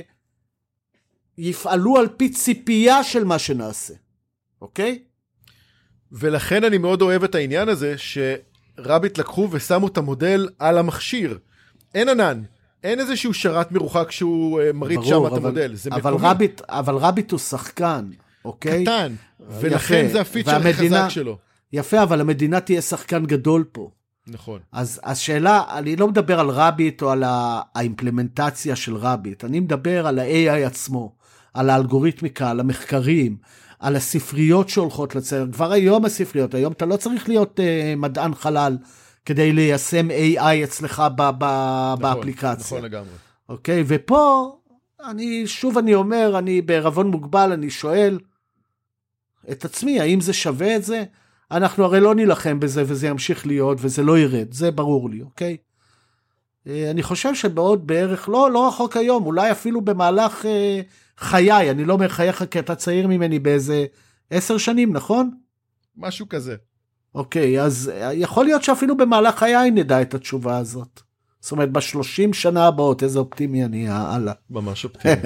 שיפעלו על פי ציפייה של מה שנעשה. אוקיי? ולכן אני מאוד אוהב את העניין הזה, ש... רביט לקחו ושמו את המודל על המכשיר. אין ענן, אין איזשהו שרת מרוחק שהוא מריץ שם את המודל. זה אבל רביט, אבל רביט הוא שחקן, אוקיי? קטן, ולכן זה הפיצ'ר החזק שלו. יפה, אבל המדינה תהיה שחקן גדול פה. נכון. אז השאלה, אני לא מדבר על רביט או על האימפלמנטציה של רביט, אני מדבר על ה-איי איי עצמו, על האלגוריתמיקה, על המחקרים, על הספריות שהולכות לצייר, כבר היום הספריות, היום אתה לא צריך להיות uh, מדען חלל, כדי ליישם איי איי אצלך ב- ב- נכון, באפליקציה. נכון לגמרי. אוקיי, ופה, אני, שוב אני אומר, אני בערבון מוגבל, אני שואל את עצמי, האם זה שווה את זה? אנחנו הרי לא נילחם בזה, וזה ימשיך להיות, וזה לא ירד, זה ברור לי, אוקיי? אני חושב שבעוד בערך, לא, לא רחוק היום, אולי אפילו במהלך... Uh, חיי, אני לא אומר חייך כי אתה צעיר ממני באיזה עשר שנים, נכון? משהו כזה. אוקיי, אז יכול להיות שאפילו במהלך חיי נדע את התשובה הזאת. זאת אומרת, בשלושים שנה הבאות, איזה אופטימי אני, הלאה. ממש אופטימי.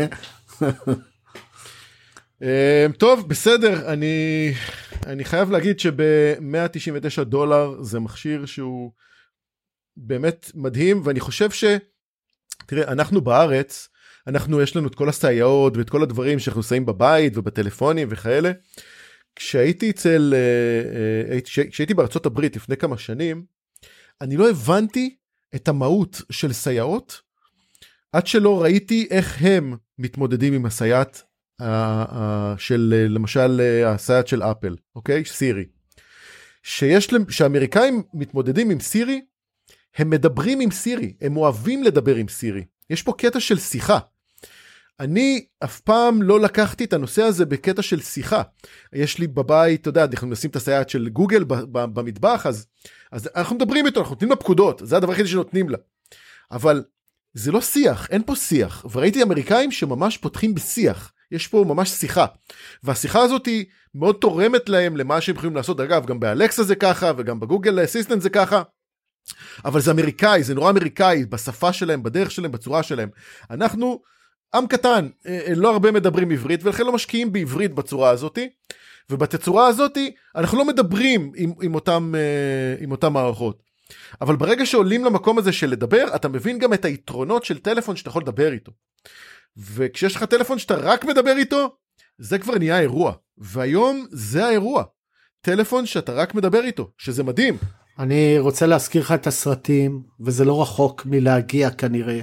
טוב, בסדר, אני, אני חייב להגיד שב-מאה תשעים ותשעה דולר זה מכשיר שהוא באמת מדהים, ואני חושב ש... תראה, אנחנו בארץ, אנחנו, יש לנו את כל הסייעות ואת כל הדברים שאנחנו עושים בבית ובטלפונים וכאלה. כשהייתי אצל, כשהייתי בארצות הברית לפני כמה שנים, אני לא הבנתי את המהות של סייעות, עד שלא ראיתי איך הם מתמודדים עם הסייעת של, למשל, הסייעת של אפל, אוקיי? סירי. שיש, שהאמריקאים מתמודדים עם סירי, הם מדברים עם סירי, הם אוהבים לדבר עם סירי. יש פה קטע של שיחה. אני אף פעם לא לקחתי את הנושא הזה בקטע של שיחה. יש לי בבית, אתה יודע, אנחנו נשים את הסייעת של גוגל במטבח, אז, אז אנחנו מדברים איתו, אנחנו נותנים לה פקודות, זה הדבר הכי שנותנים לה. אבל זה לא שיח, אין פה שיח. וראיתי אמריקאים שממש פותחים בשיח. יש פה ממש שיחה. והשיחה הזאת היא מאוד תורמת להם למה שהם יכולים לעשות. אגב, גם באלקסה זה ככה, וגם בגוגל אסיסטנט זה ככה. אבל זה אמריקאי, זה נורא אמריקאי, בשפה שלהם, בדרך שלהם, בצורה שלהם. אנחנו עם קטן, לא הרבה מדברים עברית, ולכן לא משקיעים בעברית בצורה הזאת, ובתצורה הזאת אנחנו לא מדברים עם, עם, אותם, עם אותם מערכות. אבל ברגע שעולים למקום הזה של לדבר, אתה מבין גם את היתרונות של טלפון שאתה יכול לדבר איתו. וכשיש לך טלפון שאתה רק מדבר איתו, זה כבר נהיה אירוע. והיום זה האירוע. טלפון שאתה רק מדבר איתו, שזה מדהים. אני רוצה להזכיר לך את הסרטים, וזה לא רחוק מלהגיע כנראה,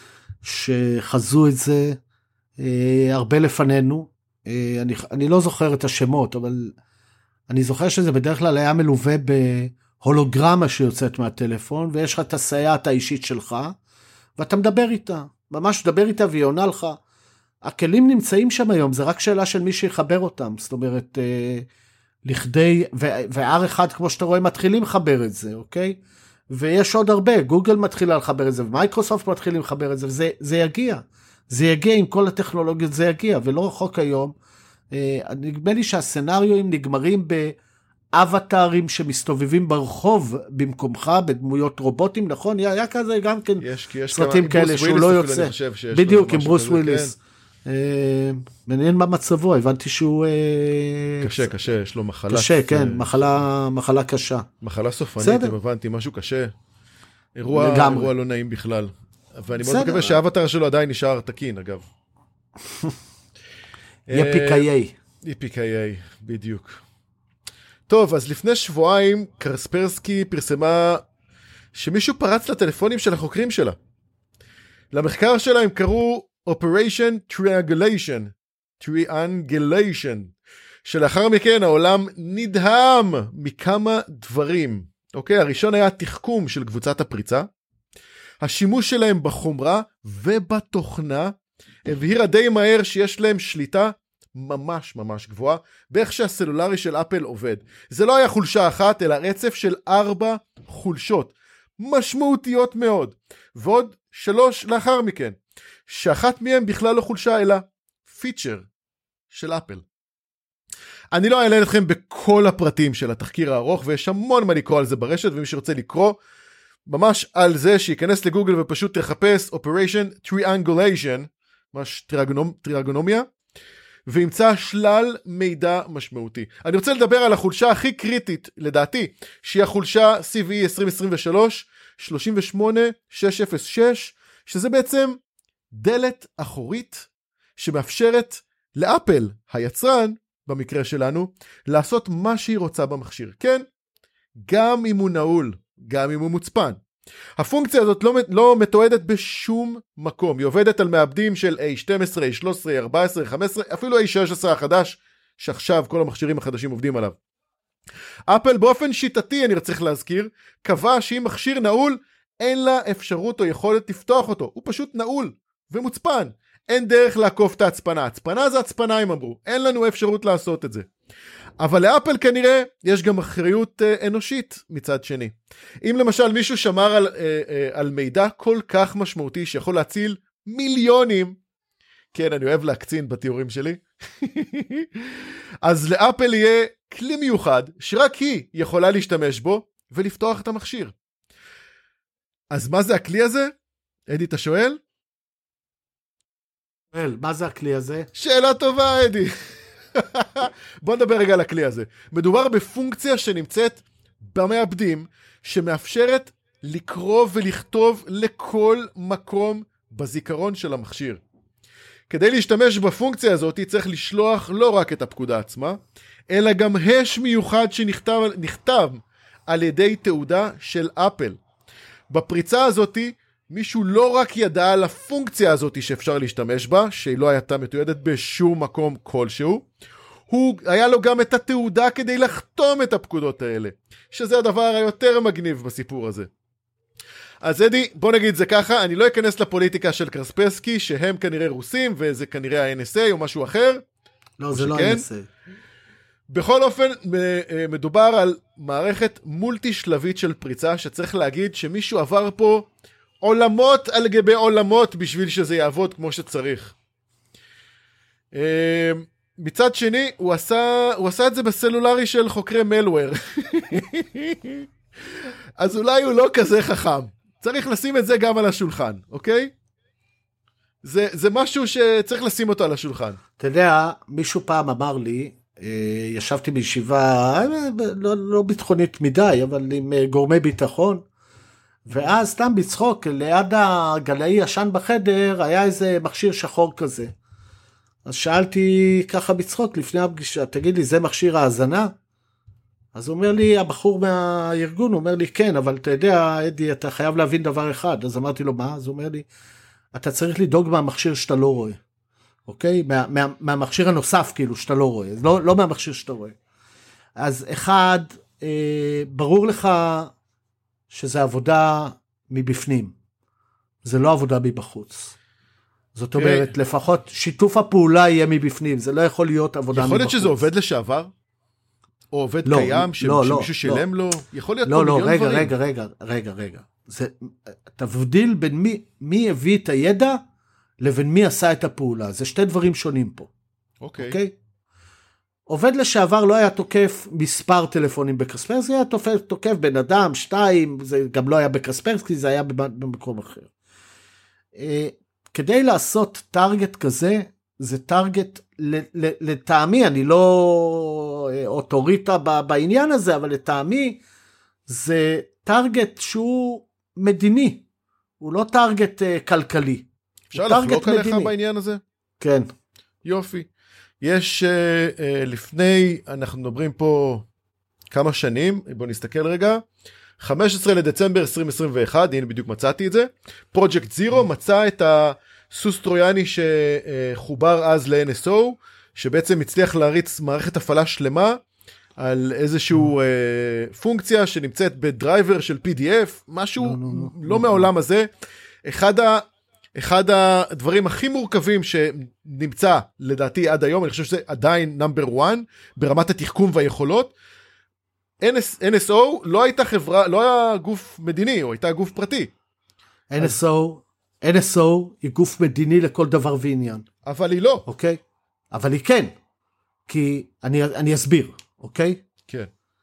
שחזו את זה אה, הרבה לפנינו. אה, אני, אני לא זוכר את השמות, אבל אני זוכר שזה בדרך כלל היה מלווה בהולוגרמה שיוצאת מהטלפון, ויש לך את הסייעת האישית שלך, ואתה מדבר איתה, ממש מדבר איתה והיא עונה לך. הכלים נמצאים שם היום, זה רק שאלה של מי שיחבר אותם, זאת אומרת, אה, לכדי, ו-אר אחד כמו שאתה רואה מתחילים לחבר את זה, אוקיי? ויש עוד הרבה, גוגל מתחילה לחבר את זה, ומייקרוסופט מתחילים לחבר את זה, וזה זה יגיע, זה יגיע עם כל הטכנולוגיות, זה יגיע, ולא רחוק היום. אה, נדמה לי שהסצנריואים נגמרים באבטרים שמסתובבים ברחוב במקומך, בדמויות רובוטים, נכון? היה כזה גם כן יש, יש סרטים כאלה שהוא לא יוצא. בדיוק, עם ברוס וויליס. כן. מעניין מה מצבו, הבנתי שהוא קשה, קשה, יש לו מחלה קשה, כן, מחלה, מחלה קשה, מחלה סופנית, אם הבנתי, משהו קשה, אירוע, אירוע לא נעים בכלל, ואני מאוד מקווה שהאבטר שלו עדיין נשאר תקין, אגב. יפי-קיי. יפי-קיי, בדיוק. טוב, אז לפני שבועיים קרספרסקי פרסמה שמישהו פרץ לטלפונים של החוקרים שלה. למחקר שלה הם קראו Operation Triangulation, Triangulation, שלאחר מכן העולם נדהם מכמה דברים. אוקיי, הראשון היה תחכום של קבוצת הפריצה, השימוש שלהם בחומרה ובתוכנה, הבהירה די מהר שיש להם שליטה ממש ממש גבוהה, באיך שהסלולרי של אפל עובד. זה לא היה חולשה אחת, אלא רצף של ארבע חולשות, משמעותיות מאוד, ועוד שלוש לאחר מכן. שאחת מהם בכלל לא חולשה, אלא פיצ'ר של אפל. אני לא אעלה אתכם בכל הפרטים של התחקיר הארוך, ויש המון מה לקרוא על זה ברשת, ומי שרוצה לקרוא ממש על זה, שיכנס לגוגל ופשוט תחפש Operation Triangulation, ממש טריאגונומ, טריאגונומיה, וימצא שלל מידע משמעותי. אני רוצה לדבר על החולשה הכי קריטית, לדעתי, שהיא החולשה סי וי עשרים עשרים ושלוש שלושים ושמונה שש אפס שש, שזה בעצם דלת אחורית שמאפשרת לאפל, היצרן, במקרה שלנו, לעשות מה שהיא רוצה במכשיר. כן, גם אם הוא נעול, גם אם הוא מוצפן. הפונקציה הזאת לא, לא מתועדת בשום מקום. היא עובדת על מעבדים של איי שתים עשרה, איי שלוש עשרה, איי ארבע עשרה, איי חמש עשרה, אפילו איי שש עשרה החדש, שעכשיו כל המכשירים החדשים עובדים עליו. אפל באופן שיטתי, אני צריך להזכיר, קבע שאם מכשיר נעול, אין לה אפשרות או יכולת לפתוח אותו. הוא פשוט נעול ומוצפן. אין דרך לעקוף את ההצפנה. הצפנה זה הצפנה, הם אמרו. אין לנו אפשרות לעשות את זה. אבל לאפל כנראה יש גם אחריות אה, אנושית מצד שני. אם למשל מישהו שמר על, אה, אה, על מידע כל כך משמעותי שיכול להציל מיליונים, כן, אני אוהב להקצין בתיאורים שלי, אז לאפל יהיה כלי מיוחד שרק היא יכולה להשתמש בו ולפתוח את המכשיר. אז מה זה הכלי הזה? אדי, אתה שואל? מה זה הכלי הזה? שאלה טובה, אדי. בוא נדבר רגע על הכלי הזה. מדובר בפונקציה שנמצאת במעבדים, שמאפשרת לקרוא ולכתוב לכל מקום בזיכרון של המכשיר. כדי להשתמש בפונקציה הזאת, צריך לשלוח לא רק את הפקודה עצמה, אלא גם הש מיוחד שנכתב נכתב על ידי תעודה של אפל. בפריצה הזאת, מישהו לא רק ידע על הפונקציה הזאת שאפשר להשתמש בה, שהיא לא הייתה מתועדת בשום מקום כלשהו, הוא היה לו גם את התעודה כדי לחתום את הפקודות האלה, שזה הדבר היותר מגניב בסיפור הזה. אז אדי, בוא נגיד זה ככה, אני לא אכנס לפוליטיקה של קרספסקי, שהם כנראה רוסים, וזה כנראה ה-אן אס איי או משהו אחר. לא, זה לא ה-אן אס איי. בכל אופן, מדובר על מערכת מולטי שלבית של פריצה, שצריך להגיד שמישהו עבר פה עולמות על גבי עולמות, בשביל שזה יעבוד כמו שצריך. מצד שני, הוא עשה, הוא עשה את זה בסלולרי של חוקרי מלוור. אז אולי הוא לא כזה חכם. צריך לשים את זה גם על השולחן, אוקיי? זה, זה משהו שצריך לשים אותו על השולחן. אתה יודע, מישהו פעם אמר לי, ישבתי בישיבה, לא, לא ביטחונית מדי, אבל עם גורמי ביטחון, ואז סתם בצחוק, ליד הגלאי ישן בחדר, היה איזה מכשיר שחור כזה. אז שאלתי ככה בצחוק לפני הפגישה, תגיד לי, זה מכשיר ההזנה? אז הוא אומר לי, הבחור מהארגון, הוא אומר לי, כן, אבל אתה יודע, אדי, אתה חייב להבין דבר אחד. אז אמרתי לו, מה? אז הוא אומר לי, אתה צריך לדאוג מהמכשיר שאתה לא רואה. אוקיי? מה, מה, מהמכשיר הנוסף, כאילו, שאתה לא רואה. לא, לא מהמכשיר שאתה רואה. אז אחד, אה, ברור לך שזה עבודה מבפנים. זה לא עבודה מבחוץ. זאת אומרת, לפחות שיתוף הפעולה יהיה מבפנים. זה לא יכול להיות עבודה מבחוץ. יכול להיות שזה עובד לשעבר? או עובד לא, קיים, ש... לא, שמישהו לא, שילם לא. לו? יכול להיות לא, כל לא, מיליון רגע, דברים. רגע, רגע, רגע, רגע. זה, תבדיל בין מי, מי הביא את הידע, לבין מי עשה את הפעולה. זה שתי דברים שונים פה. אוקיי. אוקיי? עובד לשעבר לא היה תוקף מספר טלפונים בקספרסקי, היה תוקף, תוקף בן אדם, שתיים, זה גם לא היה בקספרסקי, זה היה במקום אחר. כדי לעשות טרגט כזה, זה טרגט, לטעמי, אני לא אוטוריטה בעניין הזה, אבל לטעמי, זה טרגט שהוא מדיני, הוא לא טרגט כלכלי. אפשר לחלוק עליך בעניין הזה? כן. יופי. יש לפני, אנחנו מדברים פה כמה שנים, בואו נסתכל רגע, חמישה עשר לדצמבר עשרים עשרים ואחת, הנה בדיוק מצאתי את זה, פרויקט זירו מצא את הסוס טרויאני שחובר אז ל-אן אס או, שבעצם הצליח להריץ מערכת הפעלה שלמה, על איזשהו פונקציה שנמצאת בדרייבר של פי די אף, משהו לא מהעולם הזה, אחד ה... אחד הדברים הכי מורכבים שנמצא לדעתי עד היום, אני חושב שזה עדיין נאמבר וואן, ברמת התחכום והיכולות, אן אס או לא הייתה חברה, לא היה גוף מדיני, או הייתה גוף פרטי. אן אס או, אן אס או היא גוף מדיני לכל דבר ועניין. אבל היא לא. אוקיי? אבל היא כן. כי אני, אני אסביר, אוקיי? כן.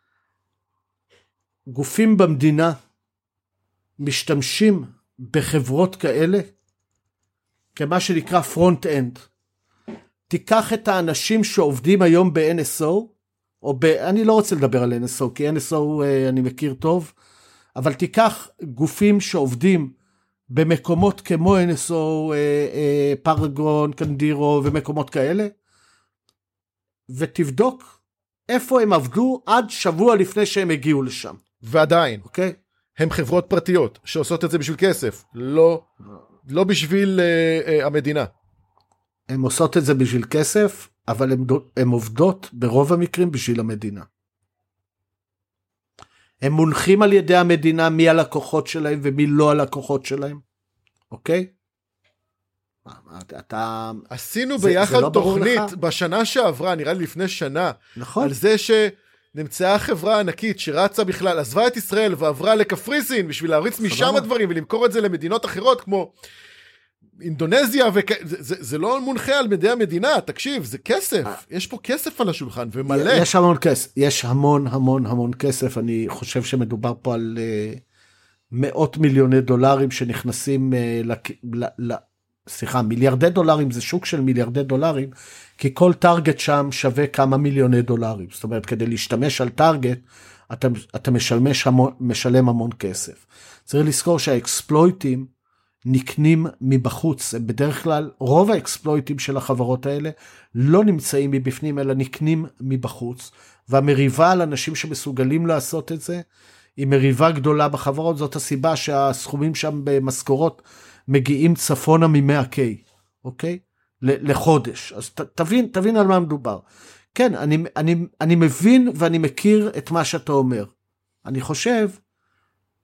גופים במדינה משתמשים בחברות כאלה, כמה שנקרא פרונט אנד. תיקח את האנשים שעובדים היום ב-אן אס או, או ב... אני לא רוצה לדבר על אן אס או, כי אן אס או אני מכיר טוב, אבל תיקח גופים שעובדים במקומות כמו אן אס או, פרגון, קנדירו ומקומות כאלה, ותבדוק איפה הם עבדו עד שבוע לפני שהם הגיעו לשם. ועדיין. אוקיי? הם חברות פרטיות שעושות את זה בשביל כסף, לא... לא בשביל uh, uh, המדינה. הן עושות את זה בשביל כסף, אבל הן עובדות ברוב המקרים בשביל המדינה. הם מונחים על ידי המדינה מי הלקוחות שלהם ומי לא הלקוחות שלהם. אוקיי? אתה... עשינו ביחד לא תוכנית בשנה שעברה, נראה לי לפני שנה, נכון. על זה שנמצאה חברה ענקית שרצה בכלל, עזבה את ישראל ועברה לקפריסין בשביל להריץ משם הדברים ולמכור את זה למדינות אחרות כמו אינדונזיה, וכ... זה, זה, זה לא מונחה על מדי המדינה, תקשיב, זה כסף, יש פה כסף על השולחן ומלא. יש המון כסף, יש המון המון המון כסף, אני חושב שמדובר פה על uh, מאות מיליוני דולרים שנכנסים uh, לק... ל... ל... סליחה, מיליארדי דולרים, זה שוק של מיליארדי דולרים, כי כל טרגט שם שווה כמה מיליוני דולרים. זאת אומרת, כדי להשתמש על טרגט, אתה, אתה משלמש המון, משלם המון כסף. צריך לזכור שהאקספלויטים נקנים מבחוץ. בדרך כלל, רוב האקספלויטים של החברות האלה לא נמצאים מבפנים, אלא נקנים מבחוץ. והמריבה על אנשים שמסוגלים לעשות את זה, היא מריבה גדולה בחברות. זאת הסיבה שהסכומים שם במשכורות מגיעים צפונה מ-מאה קיי, אוקיי? לחודש. אז ת, תבין, תבין על מה מדובר. כן, אני, אני, אני מבין ואני מכיר את מה שאתה אומר. אני חושב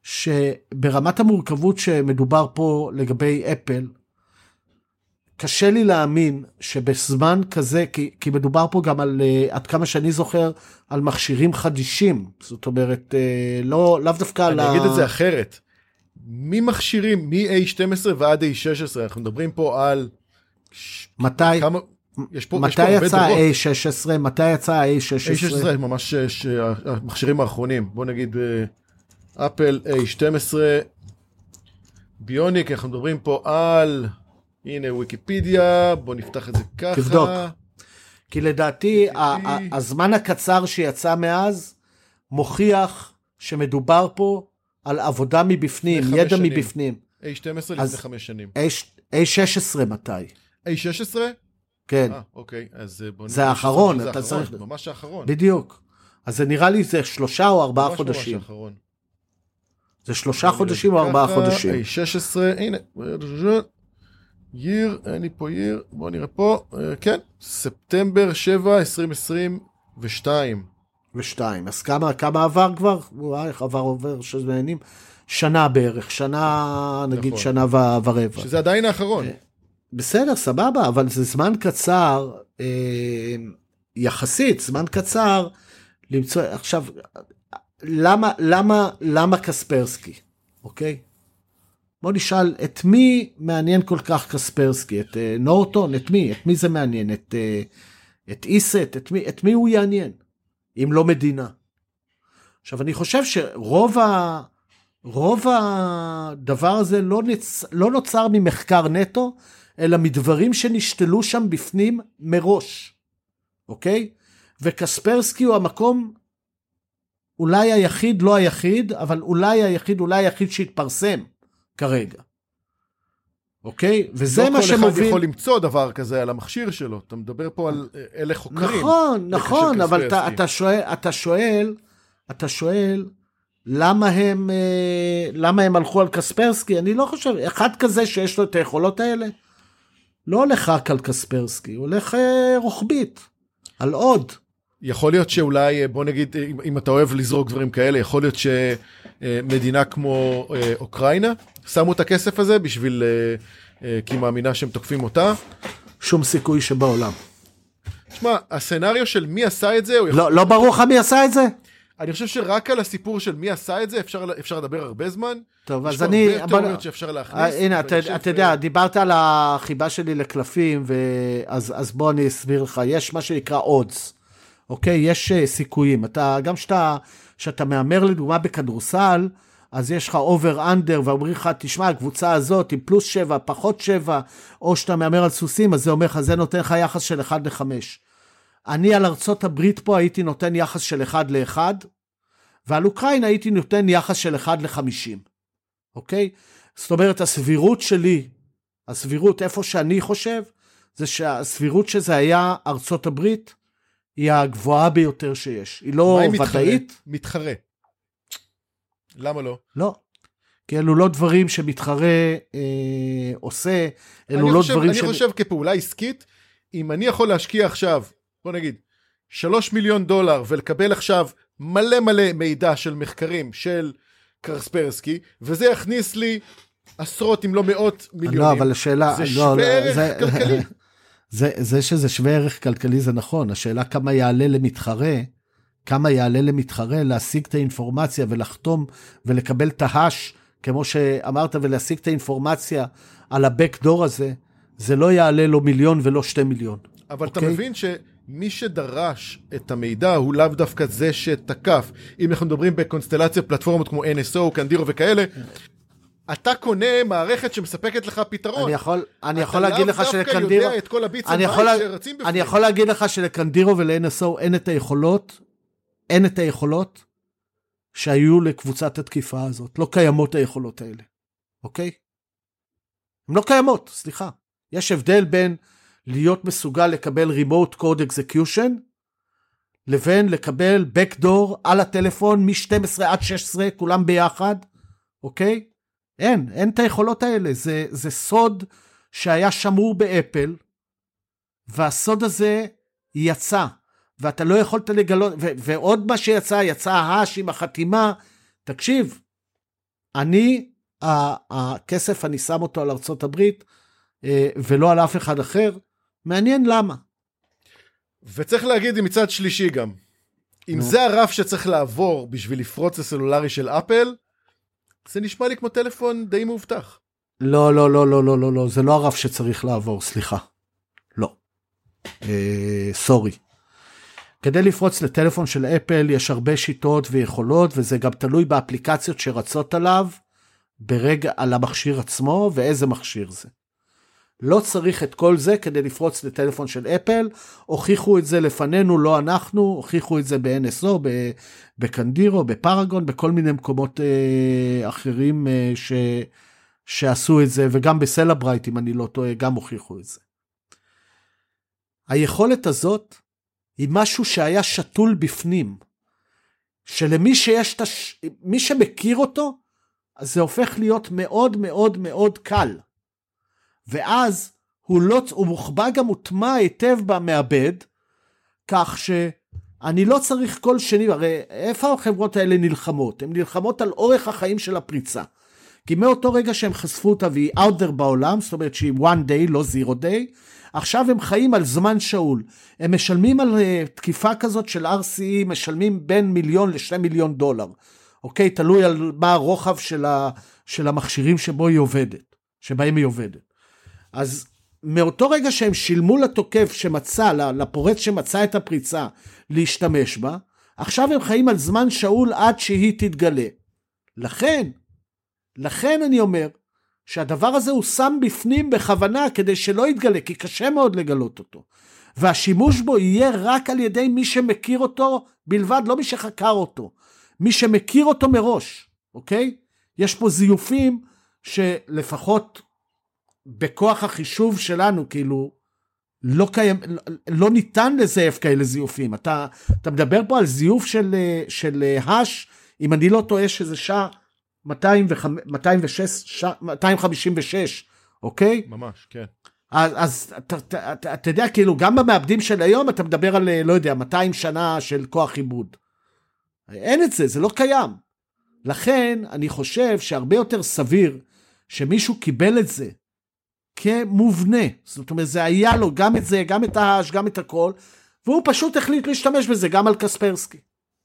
שברמת המורכבות שמדובר פה לגבי אפל, קשה לי להאמין שבזמן כזה, כי, כי מדובר פה גם על, עד כמה שאני זוכר, על מכשירים חדישים, זאת אומרת, לא, לאו דווקא על ה... אני אגיד את זה ה... אחרת, ממכשירים, מ-איי שתים עשרה ועד איי שש עשרה, אנחנו מדברים פה על... מתי? כמה... יש פה, מתי יש פה הרבה יצא דורות. איי שש עשרה? מתי יצא איי שש עשרה? איי שש עשרה ממש ש... המכשירים האחרונים, בוא נגיד אפל איי שתים עשרה, ביוניק, אנחנו מדברים פה על... הנה ויקיפדיה, בוא נפתח את זה ככה. תבדוק. כי לדעתי הזמן הקצר שיצא מאז מוכיח שמדובר פה על עבודה מבפנים, ידע מבפנים. איי שתים עשרה לפני חמש שנים. איי שש עשרה מתי? איי שש עשרה? כן. אה, אוקיי, אז בוא זה האחרון, אתה צריך... זה ממש האחרון. בדיוק. אז זה נראה לי זה שלושה או ארבעה ממש חודשים. ממש האחרון. זה שלושה חודשים או ארבעה חודשים. איי שש עשרה, הנה. ייר, אין לי פה ייר, בואו נראה פה, כן, ספטמבר שבע עשרים עשרים ושתיים. ושתיים, אז כמה, כמה עבר כבר? וואי, איך עבר עובר שנהנים? שנה בערך, שנה, נגיד נכון. שנה ו- ורבע. שזה עדיין האחרון. בסדר, סבבה, אבל זה זמן קצר, אה, יחסית, זמן קצר, למצוא, עכשיו, למה, למה, למה קספרסקי, אוקיי? בוא נשאל, את מי מעניין כל כך קספרסקי? את uh, נורטון? את מי? את מי זה מעניין? את, uh, את איסט? את מי, את מי הוא יעניין? אם לא מדינה. עכשיו, אני חושב שרוב ה, רוב הדבר הזה לא, נצ, לא נוצר ממחקר נטו, אלא מדברים שנשתלו שם בפנים מראש. אוקיי? וקספרסקי הוא המקום, אולי היחיד, לא היחיד, אבל אולי היחיד, אולי היחיד שהתפרסם. כרגע. אוקיי? וזה מה שמוביל... לא כל אחד יכול למצוא דבר כזה על המכשיר שלו. אתה מדבר פה על אלה חוקרים. נכון, נכון, אבל אתה, אתה שואל, אתה שואל, אתה שואל, למה הם, למה הם הלכו על קספרסקי? אני לא חושב, אחד כזה שיש לו את היכולות האלה, לא הולך רק על קספרסקי, הוא הולך רוחבית, על עוד. יכול להיות שאולי, בוא נגיד, אם אתה אוהב לזרוק דברים כאלה, יכול להיות שמדינה כמו אוקראינה, שמו את הכסף הזה בשביל, כי מאמינה שהם תוקפים אותה. שום סיכוי שבעולם. תשמע, הסנריו של מי עשה את זה... לא, יכול... לא ברור לך מי עשה את זה? אני חושב שרק על הסיפור של מי עשה את זה, אפשר, אפשר לדבר הרבה זמן. טוב, אז אני... יש פה הרבה תיאוריות שאפשר להכניס. הנה, אתה, אתה יודע, דיברת על החיבה שלי לקלפים, אז, אז בוא אני אסביר לך, יש מה שנקרא odds. אוקיי, יש סיכויים. אתה, גם שאתה, שאתה מאמר לדוגמה בכדורסל, אז יש לך אובר אנדר, ואומרים לך, תשמע, הקבוצה הזאת עם פלוס שבע, פחות שבע, או שאתה מאמר על סוסים, אז זה אומר לך, זה נותן לך יחס של אחד לחמש. אני על ארצות הברית פה הייתי נותן יחס של אחד לאחד, ועל אוקראינה הייתי נותן יחס של אחד לחמישים. אוקיי? זאת אומרת, הסבירות שלי, הסבירות איפה שאני חושב, זה שהסבירות שזה היה ארצות הברית, היא הגבוהה ביותר שיש. היא לא ודאית. מתחרה. למה לא? לא. כי אלו לא דברים שמתחרה אה, עושה, אלו לא חושב, דברים אני ש... אני חושב כפעולה עסקית, אם אני יכול להשקיע עכשיו, בוא נגיד, שלוש מיליון דולר, ולקבל עכשיו מלא מלא מידע של מחקרים של קספרסקי, וזה יכניס לי עשרות אם לא מאות מיליונים. לא, אבל השאלה... זה לא, שווה לא, ערך זה... כלכלי. זה, זה שזה שווה ערך כלכלי זה נכון, השאלה כמה יעלה למתחרה, כמה יעלה למתחרה להשיג את האינפורמציה ולחתום ולקבל את ההש, כמו שאמרת, ולהשיג את האינפורמציה על הבקדור הזה, זה לא יעלה לו מיליון ולא שתי מיליון. אבל אוקיי? אתה מבין שמי שדרש את המידע הוא לאו דווקא זה שתקף. אם אנחנו מדברים בקונסטלציה פלטפורמות כמו אן אס או, קנדירו וכאלה, אתה קונה מערכת שמספקת לך פתרון. אני יכול, אני יכול להגיד לך שלקנדירו... אתה לאו דווקא יודע את כל הביץ הבית שרצים בפנים. אני יכול להגיד לך שלקנדירו ול-אן אס או אין את היכולות, אין את היכולות שהיו לקבוצת התקיפה הזאת. לא קיימות היכולות האלה. אוקיי? הן לא קיימות, סליחה. יש הבדל בין להיות מסוגל לקבל Remote Code Execution, לבין לקבל Backdoor על הטלפון מ-שתים עשרה עד שש עשרה, כולם ביחד. אוקיי? אין, אין את היכולות האלה, זה, זה סוד שהיה שמור באפל, והסוד הזה יצא, ואתה לא יכולת לגלות, ו- ועוד מה שיצא, יצא ההש עם החתימה, תקשיב, אני, הכסף אני שם אותו על ארצות הברית, ולא על אף אחד אחר, מעניין למה. וצריך להגיד מצד שלישי גם, אם זה הרף שצריך לעבור בשביל לפרוץ הסלולרי של אפל, זה נשמע לי כמו טלפון די מאובטח. לא, לא, לא, לא, לא, לא, לא, זה לא הרף שצריך לעבור, סליחה. לא. אה, סורי. כדי לפרוץ לטלפון של אפל, יש הרבה שיטות ויכולות, וזה גם תלוי באפליקציות שרצות עליו, ברגע על המכשיר עצמו, ואיזה מכשיר זה. לא צריך את כל זה כדי לפרוץ לטלפון של אפל, הוכיחו את זה לפנינו, לא אנחנו, הוכיחו את זה ב-אן אס או, בקנדירו, בפרגון, בכל מיני מקומות אה, אחרים אה, ש, שעשו את זה, וגם בסלברייט, אם אני לא טועה, גם הוכיחו את זה. היכולת הזאת, היא משהו שהיה שתול בפנים, שלמי שיש, תש... מי שמכיר אותו, אז זה הופך להיות מאוד מאוד מאוד קל. ואז הוא, לא, הוא מוחבא גם מוטמע היטב במעבד, כך שאני לא צריך כל שני, הרי איפה החברות האלה נלחמות? הן נלחמות על אורך החיים של הפריצה. כי מאותו רגע שהם חשפו אותה והיא out there בעולם, זאת אומרת שהיא one day, לא zero day, עכשיו הם חיים על זמן שאול. הם משלמים על uh, תקיפה כזאת של אר סי אי, משלמים בין מיליון לשני מיליון דולר. אוקיי? תלוי על מה הרוחב של, ה, של המכשירים שבו היא עובדת, שבהם היא עובדת. אז מאותו רגע שהם שילמו לתוקף שמצא, לפורץ שמצא את הפריצה, להשתמש בה, עכשיו הם חיים על זמן שאול עד שהיא תתגלה. לכן, לכן אני אומר, שהדבר הזה הוא שם בפנים בכוונה, כדי שלא יתגלה, כי קשה מאוד לגלות אותו. והשימוש בו יהיה רק על ידי מי שמכיר אותו בלבד, לא מי שחקר אותו. מי שמכיר אותו מראש, אוקיי? יש פה זיופים שלפחות בכוח החישוב שלנו, כאילו, לא קיים, לא ניתן לזייף כאלה זיופים. אתה, אתה מדבר פה על זיוף של, של הש, אם אני לא טועה שזה שעה מאתיים חמישים ושש, אוקיי? ממש, כן. אז, אז אתה, אתה, אתה, אתה יודע, כאילו, גם במעבדים של היום, אתה מדבר על, לא יודע, מאתיים שנה של כוח עיבוד. אין את זה, זה לא קיים. לכן, אני חושב שהרבה יותר סביר, שמישהו קיבל את זה, כמובנה. זאת אומרת, זה היה לו גם את זה, גם את ההש, גם את הכל, והוא פשוט החליט להשתמש בזה, גם על קספרסקי.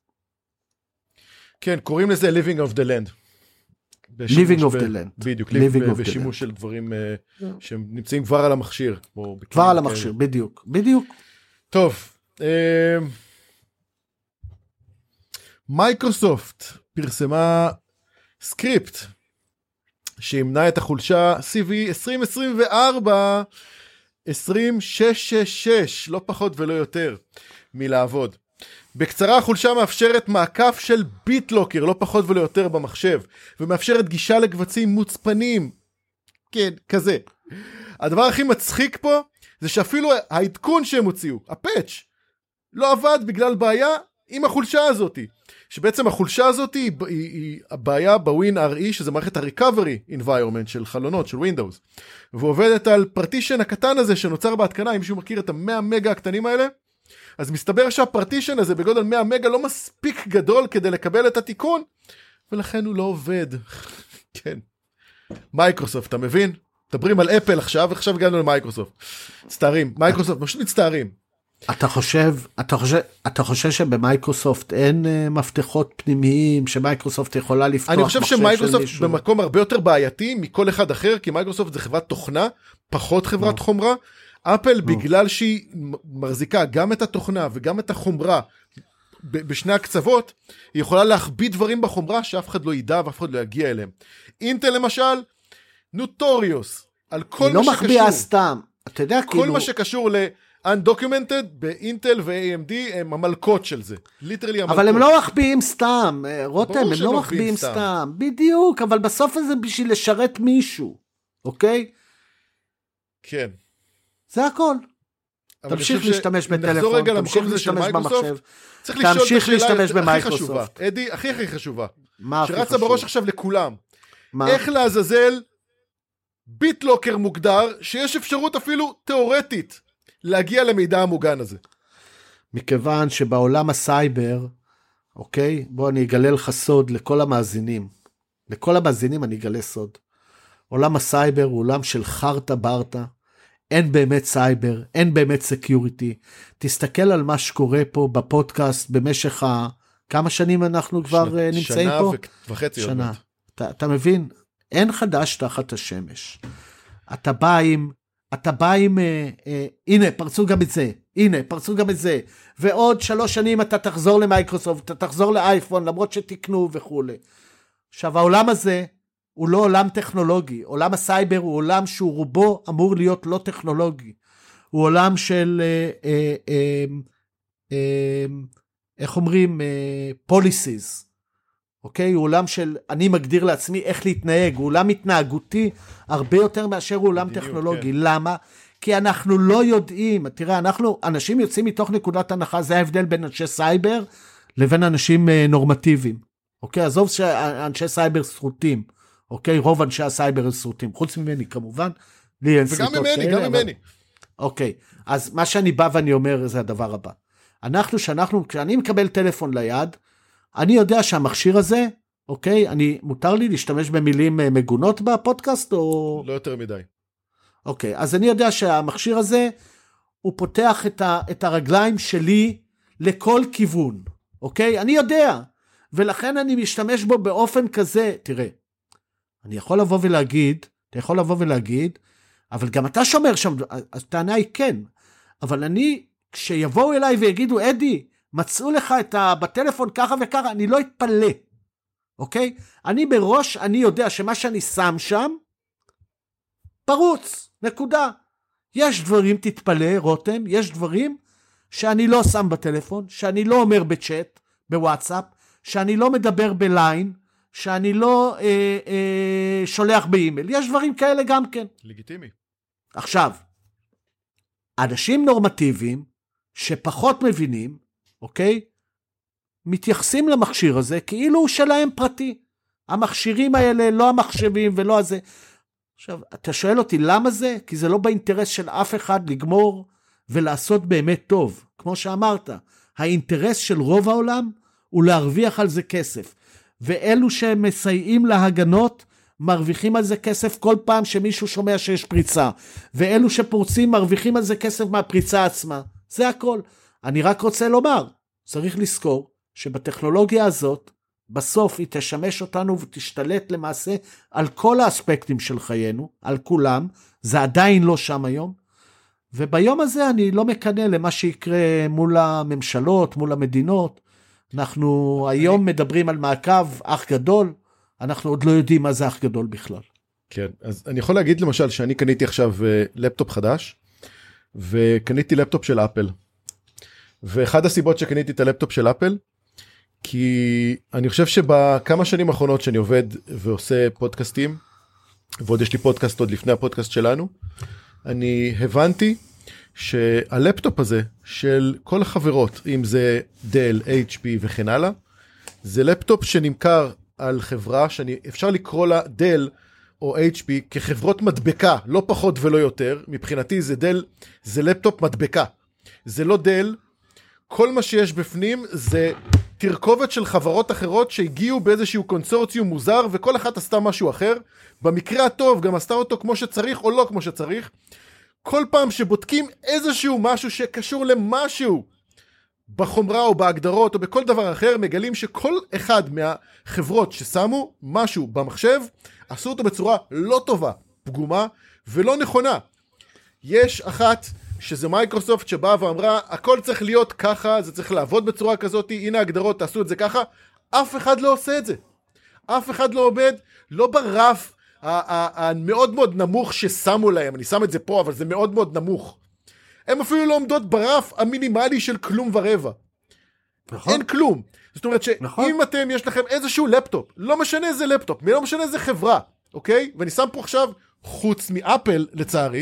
כן, קוראים לזה living of the land. living of the land. בדיוק, בשימוש של דברים שנמצאים כבר על המכשיר. כבר על המכשיר, בדיוק, בדיוק. טוב, מייקרוסופט פרסמה סקריפט שימנע את החולשה סי וי עשרים עשרים וארבע עשרים שש שש שש, לא פחות ולא יותר, מלעבוד. בקצרה, החולשה מאפשרת מעקף של ביטלוקר, לא פחות ולא יותר במחשב, ומאפשרת גישה לקבצים מוצפנים. כן, כזה. הדבר הכי מצחיק פה, זה שאפילו העדכון שהם הוציאו, הפאץ', לא עבד בגלל בעיה עם החולשה הזאת. שבעצם החולשה הזאת היא, היא, היא הבעיה בווין אר אי, שזה מערכת ה-recovery environment של חלונות, של Windows. ועובדת על פרטישן הקטן הזה שנוצר בהתקנה, אם מישהו מכיר את ה-מאה מגה הקטנים האלה, אז מסתבר שהפרטישן הזה בגודל מאה מגה לא מספיק גדול כדי לקבל את התיקון, ולכן הוא לא עובד. כן. מייקרוסופט, אתה מבין? מדברים על אפל עכשיו, ועכשיו הגענו למייקרוסופט. מצטערים, מייקרוסופט, פשוט מצטערים. אתה חושב, אתה חושב, אתה חושב שבמייקרוסופט אין uh, מפתחות פנימיים, שמייקרוסופט יכולה לפתוח מחשב של מישהו? אני חושב שמייקרוסופט מישהו... במקום הרבה יותר בעייתי מכל אחד אחר, כי מייקרוסופט זה חברת תוכנה, פחות חברת no. חומרה. אפל, no. בגלל שהיא מחזיקה גם את התוכנה וגם את החומרה בשני הקצוות, היא יכולה להכביד דברים בחומרה שאף אחד לא ידע ואף אחד לא יגיע אליהם. אינטל למשל, נוטוריוס, על כל מה שקשור. היא לא מחביאה סתם. אתה יודע, כל כאילו... מה שקשור ל... Undocumented, באינטל ו-איי אם די הם המלכות של זה. ליטרלי המלכות. אבל הם לא מחביאים סתם, רותם, הם לא מחביאים סתם. בדיוק, אבל בסוף זה בשביל לשרת מישהו, אוקיי? כן. זה הכל. תמשיך להשתמש בטלפון, תמשיך להשתמש במחשב, תמשיך להשתמש במייקרוסופט. אדי, הכי הכי חשובה. שרצה בראש עכשיו לכולם. איך לעזאזל ביטלוקר מוגדר, שיש אפשרות אפילו תיאורטית, להגיע למידע המוגן הזה. מכיוון שבעולם הסייבר, אוקיי, בוא אני אגלה לך סוד לכל המאזינים. לכל המאזינים אני אגלה סוד. עולם הסייבר הוא עולם של חרטה ברטה, אין באמת סייבר, אין באמת סקיוריטי. תסתכל על מה שקורה פה בפודקאסט במשך ה... כמה שנים אנחנו כבר שנה, נמצאים שנה פה? שנה וחצי. שנה. אתה, אתה מבין? אין חדש תחת השמש. אתה בא עם, אתה בא עם, אה, אה, הנה, פרצו גם את זה, הנה, פרצו גם את זה, ועוד שלוש שנים אתה תחזור למייקרוסופט, אתה תחזור לאייפון, למרות שתקנו וכו'. עכשיו, העולם הזה הוא לא עולם טכנולוגי, עולם הסייבר הוא עולם שהוא רובו אמור להיות לא טכנולוגי, הוא עולם של, אה, אה, אה, אה, איך אומרים, policies, אוקיי? הוא עולם של, אני מגדיר לעצמי איך להתנהג, הוא עולם התנהגותי הרבה יותר מאשר הוא עולם טכנולוגי. כן. למה? כי אנחנו לא יודעים, תראה, אנחנו, אנשים יוצאים מתוך נקודת הנחה, זה ההבדל בין אנשי סייבר לבין אנשים נורמטיביים, אוקיי? עזוב שאנשי סייבר סרוטים, אוקיי? רוב אנשי הסייבר סרוטים, חוץ ממני כמובן, לי אין וגם ממני, כאלה, גם אבל... ממני. אוקיי, אז מה שאני בא ואני אומר זה הדבר הבא. אנחנו, שאנחנו, כשאני מקבל טלפון ליד, אני יודע שהמכשיר הזה, אוקיי, אני, מותר לי להשתמש במילים מגונות בפודקאסט, או... לא יותר מדי. אוקיי, אז אני יודע שהמכשיר הזה, הוא פותח את, ה, את הרגליים שלי לכל כיוון, אוקיי? אני יודע, ולכן אני משתמש בו באופן כזה, תראה, אני יכול לבוא ולהגיד, אתה יכול לבוא ולהגיד, אבל גם אתה שומר שם, הטענה היא כן, אבל אני, כשיבואו אליי ויגידו, אדי, מצאו לך את ה... בטלפון ככה וככה, אני לא אתפלא, אוקיי? אני בראש, אני יודע שמה שאני שם שם, פרוץ, נקודה. יש דברים, תתפלא, רותם, יש דברים שאני לא שם בטלפון, שאני לא אומר בצ'אט, בוואטסאפ, שאני לא מדבר בליין, שאני לא אה, אה, שולח באימייל. יש דברים כאלה גם כן. לגיטימי. עכשיו, אנשים נורמטיביים, שפחות מבינים, אוקיי? מתייחסים למכשיר הזה, כאילו הוא שלהם פרטי. המכשירים האלה, לא המחשבים ולא הזה. עכשיו, אתה שואל אותי למה זה? כי זה לא באינטרס של אף אחד לגמור ולעשות באמת טוב. כמו שאמרת, האינטרס של רוב העולם הוא להרוויח על זה כסף. ואלו שמסייעים להגנות, מרוויחים על זה כסף כל פעם שמישהו שומע שיש פריצה. ואלו שפורצים מרוויחים על זה כסף מהפריצה עצמה. זה הכל. אני רק רוצה לומר, צריך לזכור שבטכנולוגיה הזאת, בסוף היא תשמש אותנו ותשתלט למעשה על כל האספקטים של חיינו, על כולם, זה עדיין לא שם היום, וביום הזה אני לא מקנה למה שיקרה מול הממשלות, מול המדינות, אנחנו היום מדברים על מעקב אח גדול, אנחנו עוד לא יודעים מה זה אח גדול בכלל. כן, אז אני יכול להגיד למשל שאני קניתי עכשיו לפטופ חדש, וקניתי לפטופ של אפל, ואחד הסיבות שקניתי את הלפטופ של אפל, כי אני חושב שבכמה שנים האחרונות שאני עובד ועושה פודקאסטים, ועוד יש לי פודקאסט עוד לפני הפודקאסט שלנו, אני הבנתי שהלפטופ הזה של כל החברות, אם זה דל, אייץ' פי וכן הלאה, זה לפטופ שנמכר על חברה שאפשר לקרוא לה דל או אייץ' פי כחברות מדבקה, לא פחות ולא יותר. מבחינתי זה דל, זה לפטופ מדבקה. זה לא דל, כל מה שיש בפנים זה תרכובת של חברות אחרות שהגיעו באיזשהו קונסורציום מוזר, וכל אחת עשתה משהו אחר. במקרה הטוב גם עשתה אותו כמו שצריך או לא כמו שצריך. כל פעם שבודקים איזשהו משהו שקשור למשהו בחומרה או בהגדרות או בכל דבר אחר, מגלים שכל אחד מהחברות ששמו משהו במחשב, עשו אותו בצורה לא טובה, פגומה ולא נכונה. יש אחת שזה מייקרוסופט שבאה ואמרה, הכל צריך להיות ככה, זה צריך לעבוד בצורה כזאת, הנה הגדרות, תעשו את זה ככה. אף אחד לא עושה את זה. אף אחד לא עובד, לא ברף המאוד מאוד נמוך ששמו להם. אני שם את זה פה, אבל זה מאוד מאוד נמוך. הם אפילו לא עומדות ברף המינימלי של כלום ורבע. נכון. אין כלום. זאת אומרת שאם נכון. אתם, יש לכם איזשהו לפטופ, לא משנה איזה לפטופ, לא משנה איזה חברה, אוקיי? ואני שם פה עכשיו, חוץ מאפל, לצערי,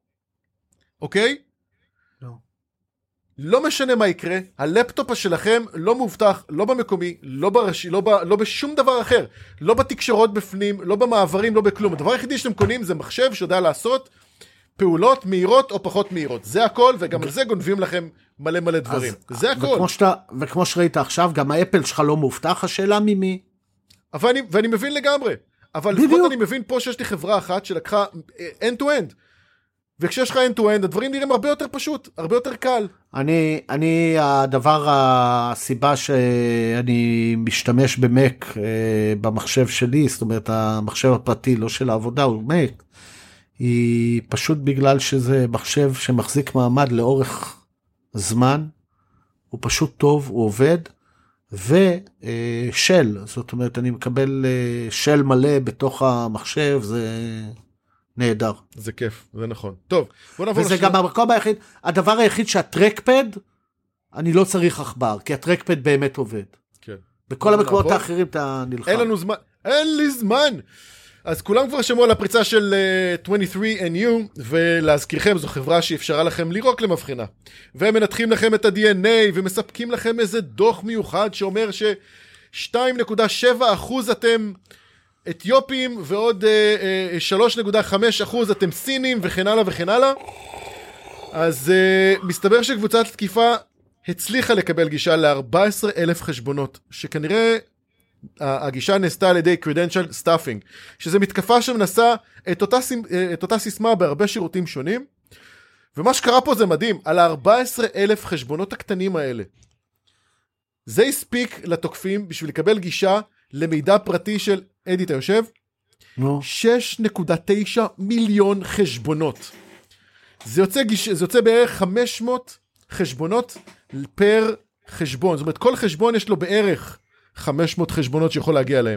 אוקיי? לא. לא משנה מה יקרה, הלפטופ שלכם לא מובטח, לא במקומי, לא בראשי, לא, ב, לא בשום דבר אחר, לא בתקשרות בפנים, לא במעברים, לא בכלום. הדבר היחידי שאתם קונים זה מחשב שיודע לעשות פעולות מהירות או פחות מהירות. זה הכל, וגם על זה גונבים לכם מלא מלא דברים. אז, זה הכל. וכמו, שאתה, וכמו שראית עכשיו, גם האפל שלך לא מובטח, השאלה ממי? אבל אני, ואני מבין לגמרי. אבל לפחות אני מבין פה שיש לי חברה אחת שלקחה end to end. וכשיש לך end to end, הדברים נראים הרבה יותר פשוט, הרבה יותר קל. אני, אני, הדבר, הסיבה שאני משתמש במק במחשב שלי, זאת אומרת, המחשב הפרטי, לא של העבודה, הוא מק, היא פשוט בגלל שזה מחשב שמחזיק מעמד לאורך זמן, הוא פשוט טוב, הוא עובד, ושל, זאת אומרת, אני מקבל של מלא בתוך המחשב, זה נהדר. זה כיף, זה נכון. טוב, בוא נעבור וזה לשל... גם המקום היחיד, הדבר היחיד שהטרקפד, אני לא צריך עכבר, כי הטרקפד באמת עובד. כן. בכל המקומות האחרים אתה נלחם. אין לנו זמן, אין לי זמן. אז כולם כבר שמעו על הפריצה של uh, עשרים ושלוש אן יו, ולהזכירכם, זו חברה שאפשרה לכם לירוק למבחינה. והם מנתחים לכם את ה-די אן איי, ומספקים לכם איזה דוח מיוחד, שאומר ש-שתיים נקודה שבע אחוז אתם אתיופים, ועוד uh, uh, שלוש נקודה חמש אחוז אתם סינים, וכן הלאה וכן הלאה. אז uh, מסתבר שקבוצת תקיפה הצליחה לקבל גישה ל-ארבעה עשר אלף חשבונות, שכנראה הגישה נעשתה על ידי credential stuffing, שזה מתקפה שמנסה את אותה, את אותה סיסמה בהרבה שירותים שונים, ומה שקרה פה זה מדהים, על ה-ארבעה עשר אלף חשבונות הקטנים האלה, זה הספיק לתוקפים בשביל לקבל גישה למידע פרטי של, אדי, אתה יושב? No. שש נקודה תשע מיליון חשבונות. זה יוצא, גיש... זה יוצא בערך חמש מאות חשבונות פר חשבון, זאת אומרת, כל חשבון יש לו בערך חמש מאות חשבונות שיכול להגיע אליהם.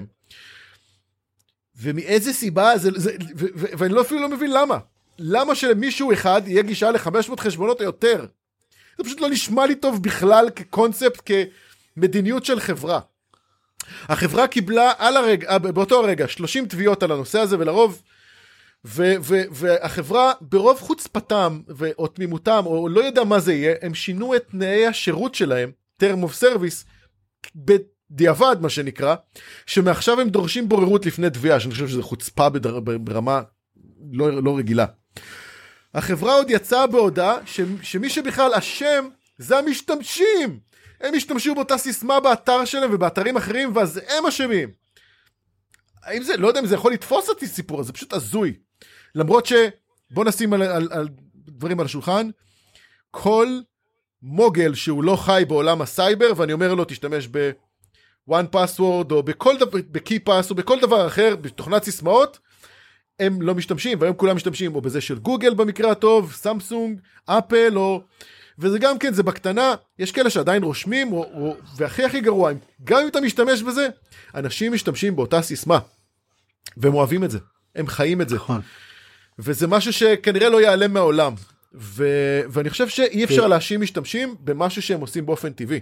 ומאיזה סיבה, זה, זה, ו, ו, ואני לא אפילו לא מבין למה. למה שלמישהו אחד יהיה גישה ל-חמש מאות חשבונות או יותר? זה פשוט לא נשמע לי טוב בכלל כקונספט, כמדיניות של חברה. החברה קיבלה על הרגע, באותו הרגע, שלושים תביעות על הנושא הזה, ולרוב, ו, ו, והחברה ברוב חוצפתם, או תמימותם, או לא יודע מה זה יהיה, הם שינו את תנאי השירות שלהם, term of service, בדיעבד מה שנקרא, שמעכשיו הם דורשים בוררות לפני תביעה, שאני חושב שזה חוצפה בדר, ברמה לא, לא רגילה. החברה עוד יצאה בהודעה, ש, שמי שבכלל אשם, זה המשתמשים. הם השתמשו באותה סיסמה באתר שלהם, ובאתרים אחרים, ואז הם אשמים. האם זה, לא יודע אם זה יכול לתפוס אותי סיפור, זה פשוט הזוי. למרות ש, בוא נשים על, על, על דברים על השולחן, כל מוגל שהוא לא חי בעולם הסייבר, ואני אומר לו, תשתמש ב-one password, או בכל דבר, ב-keypass, או בכל דבר אחר, בתוכנת סיסמאות, הם לא משתמשים, והיום כולם משתמשים, או בזה של גוגל במקרה הטוב, סמסונג, אפל, או... וזה גם כן, זה בקטנה, יש כאלה שעדיין רושמים, או, או... והכי הכי גרוע, גם אם אתה משתמש בזה, אנשים משתמשים באותה סיסמה, והם אוהבים את זה, הם חיים את זה. נכון. וזה משהו שכנראה לא ייעלם מהעולם. ו... ואני חושב שאי אפשר להאשים משתמשים במשהו שהם עושים באופן טבעי.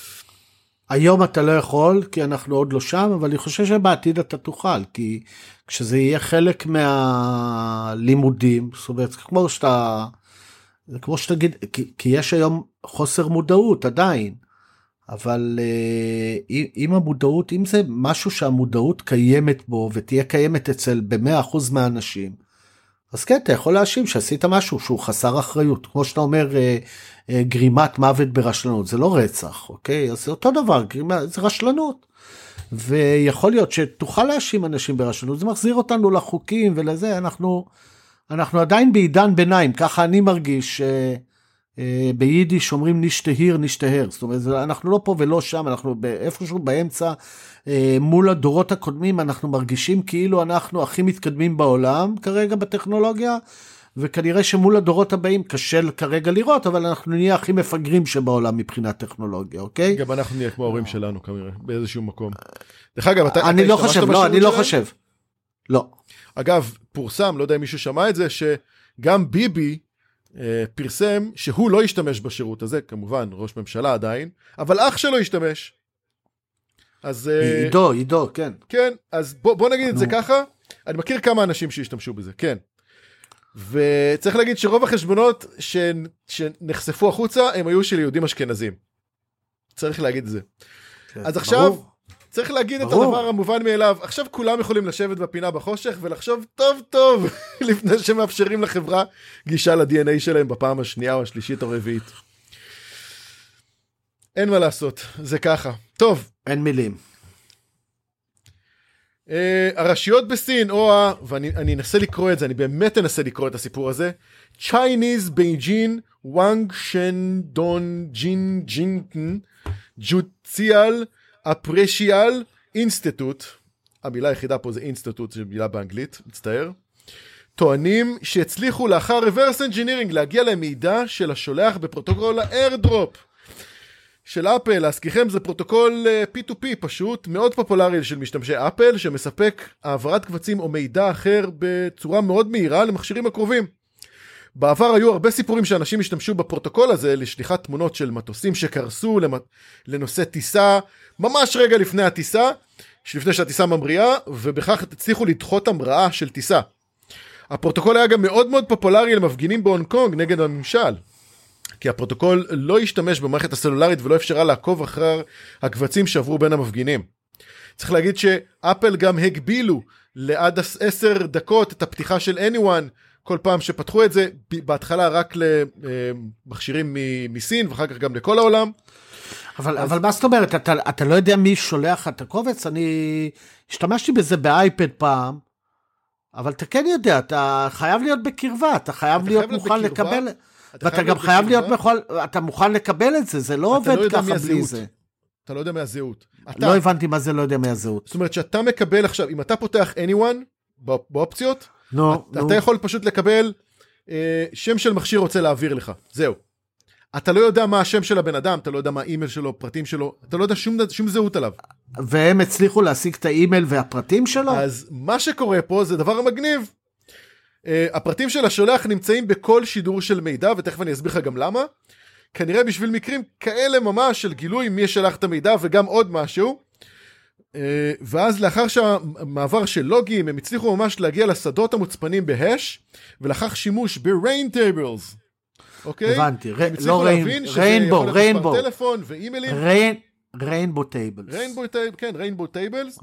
היום אתה לא יכול, כי אנחנו עוד לא שם, אבל אני חושב שבעתיד אתה תוכל, כי כשזה יהיה חלק מהלימודים, זאת אומרת, כמו שאתה, זה כמו שתגיד, כי, כי יש היום חוסר מודעות עדיין, אבל אם המודעות, אם זה משהו שהמודעות קיימת בו, ותהיה קיימת אצל ב-מאה אחוז מהאנשים, אז כן, אתה יכול להאשים שעשית משהו שהוא חסר אחריות, כמו שאתה אומר, גרימת מוות ברשלנות, זה לא רצח, אוקיי? אז זה אותו דבר, גרימה, זה רשלנות, ויכול להיות שתוכל להאשים אנשים ברשלנות, זה מחזיר אותנו לחוקים ולזה, אנחנו, אנחנו עדיין בעידן ביניים, ככה אני מרגיש, ביידיש אומרים נשתהיר, נשתהר, זאת אומרת, אנחנו לא פה ולא שם, אנחנו איפשהו באמצע, מול הדורות הקודמים, אנחנו מרגישים כאילו אנחנו הכי מתקדמים בעולם, כרגע בטכנולוגיה, וכנראה שמול הדורות הבאים קשה כרגע לראות, אבל אנחנו נהיה הכי מפגרים שבעולם מבחינת טכנולוגיה, אוקיי? גם אנחנו נהיה כמו ההורים שלנו, כנראה, באיזשהו מקום. דרך אגב, אתה... אני לא חושב, לא, אני לא חושב. לא. אגב, פורסם, לא יודע אם מישהו שמע את זה, שגם ביבי, פרסם שהוא לא ישתמש בשירות הזה, כמובן, ראש ממשלה עדיין, אבל אח שלו ישתמש. אז... עידו, עידו, כן. כן, אז בוא, בוא נגיד את זה ככה, אני מכיר כמה אנשים שהשתמשו בזה, כן. וצריך להגיד שרוב החשבונות ש... שנחשפו החוצה, הם היו של יהודים אשכנזים. צריך להגיד את זה. כן, אז עכשיו... ברור. צריך להגיד ברור. את הדבר המובן מאליו, עכשיו כולם יכולים לשבת בפינה בחושך, ולחשוב טוב טוב, לפני שמאפשרים לחברה גישה ל-די אן איי שלהם בפעם השנייה או השלישית או רביעית. אין מה לעשות, זה ככה. טוב. אין מילים. Uh, הרשויות בסין, או ה... ואני אני אנסה לקרוא את זה, אני באמת אנסה לקרוא את הסיפור הזה. Chinese Beijing Wang Shendong Jin Jinten Judicial Apprecial Institute, המילה היחידה פה זה אינסטיטוט, זו מילה באנגלית, מצטער, טוענים שהצליחו לאחר reverse engineering להגיע למידע של השולח בפרוטוקול האיירדרופ של אפל. להזכירכם, זה פרוטוקול פי טו פי פשוט, מאוד פופולרי של משתמשי אפל, שמספק העברת קבצים או מידע אחר בצורה מאוד מהירה למכשירים הקרובים. בעבר היו הרבה סיפורים שאנשים השתמשו בפרוטוקול הזה לשליחת תמונות של מטוסים שקרסו לנושא טיסה, ממש רגע לפני הטיסה, לפני שהטיסה ממריאה, ובכך תצליחו לדחות המראה של טיסה. הפרוטוקול היה גם מאוד מאוד פופולרי למפגינים בהונג קונג נגד הממשל, כי הפרוטוקול לא השתמש במערכת הסלולרית ולא אפשרה לעקוב אחר הקבצים שעברו בין המפגינים. צריך להגיד שאפל גם הגבילו לעד עשר דקות את הפתיחה של anyone, כל פעם שפתחו את זה, בהתחלה רק למכשירים מסין, ואחר כך גם לכל העולם. אבל, אז... אבל מה זאת אומרת, אתה, אתה לא יודע מי שולח את הקובץ? אני השתמשתי בזה באייפד פעם, אבל אתה כן יודע, אתה חייב להיות בקרבה, אתה חייב אתה להיות חייב מוכן להיות בקרבה, לקבל, אתה ואתה חייב גם להיות חייב בקרבה. להיות מוכן, אתה מוכן לקבל את זה, זה לא עובד לא ככה בלי זה. אתה לא יודע מהזהות. אתה... לא הבנתי מה זה לא יודע מהזהות. זאת אומרת שאתה מקבל עכשיו, אם אתה פותח anyone באופציות, no, אתה no. יכול פשוט לקבל אה, שם של מכשיר רוצה להעביר לך, זהו. אתה לא יודע מה השם של הבן אדם, אתה לא יודע מה האימייל שלו, פרטים שלו, אתה לא יודע שום, שום זהות עליו. והם הצליחו להשיג את האימייל והפרטים שלו? אז מה שקורה פה זה דבר מגניב. Uh, הפרטים של השולח נמצאים בכל שידור של מידע, ותכף אני אסביר לך גם למה. כנראה בשביל מקרים כאלה ממש של גילוי מי שלח את המידע וגם עוד משהו. Uh, ואז לאחר שהמעבר של לוגים, הם הצליחו ממש להגיע לשדות המוצפנים בהש, ולאחר שימוש ב-rain tables. אוקיי? הבנתי, לא ריין, ריינבו, ריינבו. טלפון ואימיילים. ריינבו טייבלס. ריינבו טייבלס, כן, ריינבו טייבלס.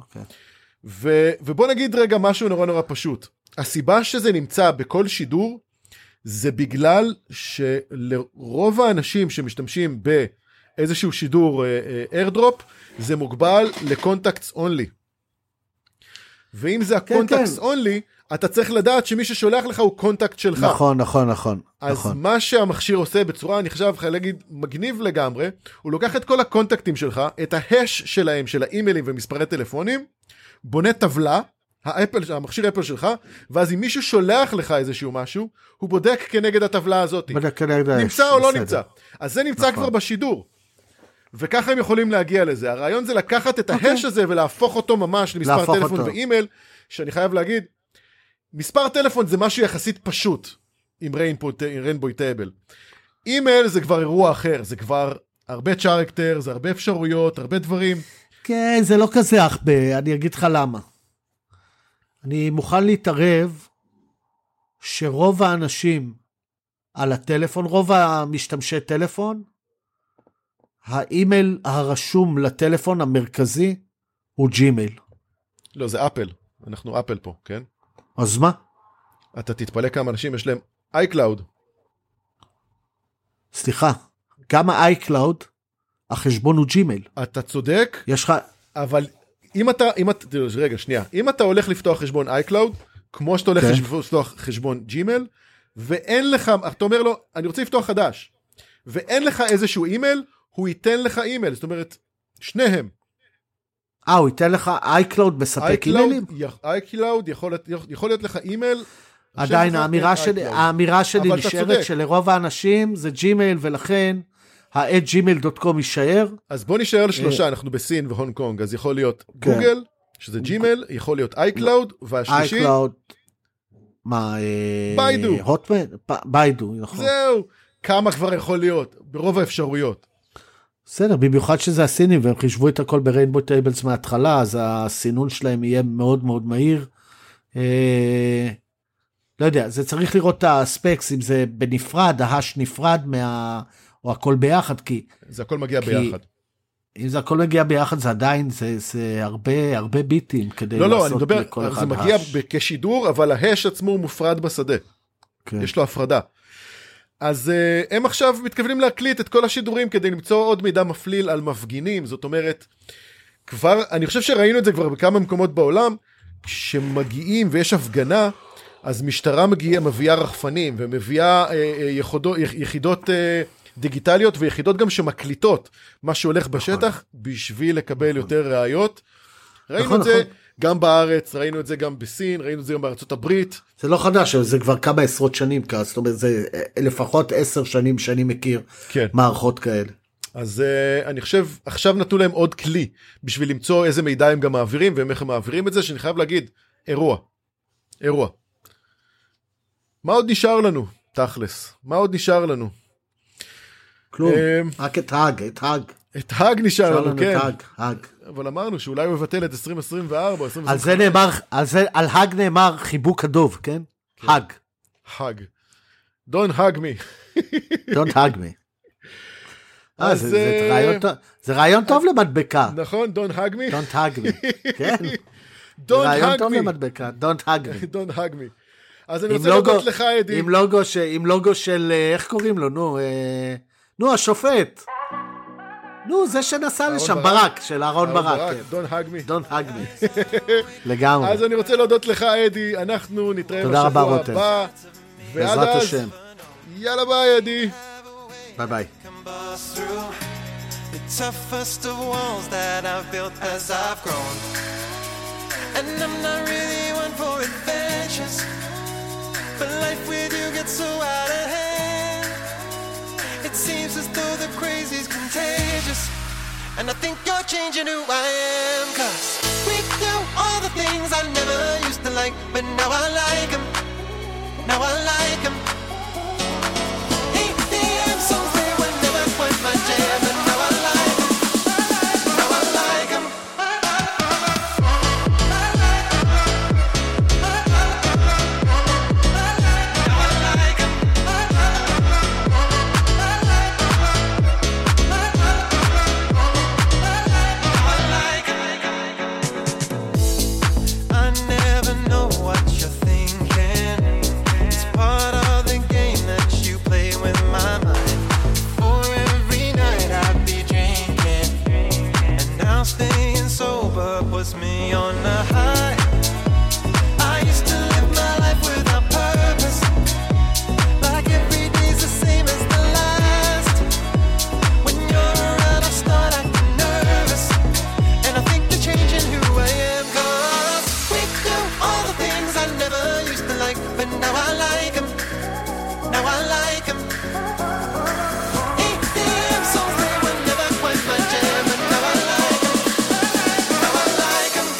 ובוא נגיד רגע משהו נורא נורא פשוט. הסיבה שזה נמצא בכל שידור, זה בגלל שלרוב האנשים שמשתמשים באיזשהו שידור airdrop, זה מוגבל לקונטקטס אונלי. ואם זה הקונטקטס אונלי, אתה צריך לדעת שמי ששולח לך הוא קונטקט שלך. נכון, נכון, נכון. אז נכון. מה שהמכשיר עושה בצורה, אני חושב, חייב להגיד, מגניב לגמרי, הוא לוקח את כל הקונטקטים שלך, את ההש שלהם, של האימיילים ומספרי טלפונים, בונה טבלה, האפל, המכשיר אפל שלך, ואז אם מישהו שולח לך איזשהו משהו, הוא בודק כנגד הטבלה הזאת. בודק כנגד ההש. נמצא או לא נמצא. אז זה נמצא כבר בשידור. וככה הם יכולים להגיע לזה. הרעיון זה לקחת את ההש הזה ולהפוך אותו ממש למספר טלפון ואימייל, שאני חייב להגיד, מספר טלפון זה משהו יחסית פשוט עם ריינבו טייבל. אימייל זה כבר אירוע אחר, זה כבר הרבה צ'רקטר, זה הרבה אפשרויות, הרבה דברים. כן, זה לא כזה הרבה, אני אגיד לך למה. אני מוכן להתערב שרוב האנשים על הטלפון, רוב המשתמשי טלפון, האימייל הרשום לטלפון המרכזי הוא ג'ימייל. לא, זה אפל. אנחנו אפל פה, כן? אז מה? אתה תתפלא כמה אנשים יש להם iCloud. סליחה, גם ה-iCloud, החשבון הוא ג'ימייל. אתה צודק. יש לך... אבל אם אתה, אם אתה, רגע, שנייה, אם אתה הולך לפתוח חשבון iCloud, כמו שאתה הולך okay. לפתוח חשבון ג'ימייל, ואין לך, אתה אומר לו, אני רוצה לפתוח חדש, ואין לך איזשהו אימייל, הוא ייתן לך אימייל, זאת אומרת, שניהם. אה, הוא ייתן לך iCloud מספק אימיילים? iCloud יכול, יכול להיות לך אימייל. עדיין, האמירה שלי, האמירה שלי נשארת שלרוב האנשים זה ג'ימייל, ולכן ה-את ג'ימייל דוט קום יישאר. אז בוא נשאר לשלושה, אנחנו בסין והונג קונג, אז יכול להיות גוגל, שזה ג'ימייל, יכול להיות iCloud, והשלישי... iCloud, מה? ביידו. הוטמייל? ביידו, נכון. זהו, כמה כבר יכול להיות, ברוב האפשרויות. בסדר, במיוחד שזה הסינים, והם חישבו את הכל בריינבו טייבלס מההתחלה, אז הסינון שלהם יהיה מאוד מאוד מהיר. אה, לא יודע, זה צריך לראות את הספקס, אם זה בנפרד, ההש נפרד, מה, או הכל ביחד, כי... זה הכל מגיע כי, ביחד. אם זה הכל מגיע ביחד, זה עדיין, זה, זה הרבה, הרבה ביטים, כדי לא, לעשות לא, אני מדבר, לכל אחד זה מגיע הש. כשידור, אבל ההש עצמו מופרד בשדה. כן. יש לו הפרדה. אז uh, הם עכשיו מתכוונים להקליט את כל השידורים כדי למצוא עוד מידע מפליל על מפגינים, זאת אומרת, כבר, אני חושב שראינו את זה כבר בכמה מקומות בעולם, כשמגיעים ויש הפגנה, אז משטרה מגיעה, מביאה רחפנים, ומביאה אה, אה, יחודו, יחידות אה, דיגיטליות, ויחידות גם שמקליטות מה שהולך בשטח, בשביל לקבל יותר ראיות. ראינו את זה גם בארץ, ראינו את זה גם בסין, ראינו את זה גם בארצות הברית. זה לא חדש, זה כבר כמה עשרות שנים, זאת אומרת, זה לפחות עשר שנים שאני מכיר כן. מערכות כאלה. אז uh, אני חושב, עכשיו נתנו להם עוד כלי, בשביל למצוא איזה מידע הם גם מעבירים, והם איך הם מעבירים את זה, שאני חייב להגיד, אירוע. אירוע. מה עוד נשאר לנו, תכלס? מה עוד נשאר לנו? כלום, רק את האג, את האג. את האג נשאר לנו, כן. את האג, האג. אבל אמרנו שאולי הוא מבטל את עשרים עשרים וארבע, עשרים עשרים וחמש. על זה נאמר, על זה, על האג נאמר חיבוק הדוב, כן? האג. האג. Don't hug me. Don't hug me. אה, זה, זה, רעיון, זה רעיון טוב למדבקה. נכון, Don't hug me. Don't hug me, כן. Don't רעיון hug טוב me. למדבקה, Don't hug me. Don't hug me. אז אני רוצה להודות לך, אדי. עם לוגו, ש... עם לוגו של, איך קוראים לו, נו, אה... נו, השופט. נו, זה שנסע לשם, ברק, ברק של אהרון ברק. ברק. כן. Don't hug me. Don't hug me. לגמרי. אז אני רוצה להודות לך, אדי. אנחנו נתראה בשבוע הבא. בעזרת השם. יאללה ביי, אדי. ביי ביי. The toughest of walls that I've built as I've grown. And I'm not really one for adventures, but life with you gets so out of hand. It seems as though the crazy's contagious, and I think you're changing who I am. Cause we do all the things I never used to like, but now I like them. Now I like them. Hey, the M songs, they were never quite my jam, and now I like them. Now I like them. Now I like them. Now I like them. I never know what you're thinking. It's part of the game that you play with my mind. For every night I be drinking, and now staying sober puts me on a high. I used to live my life without purpose, like every day's the same as the last. When you're around I start acting nervous, and I think you're changing who I am. Cause we do all the things I never used to like, but now I like them. Now I like them. Hey, them songs, they were never quite my jam, and now I like them. Now I like them.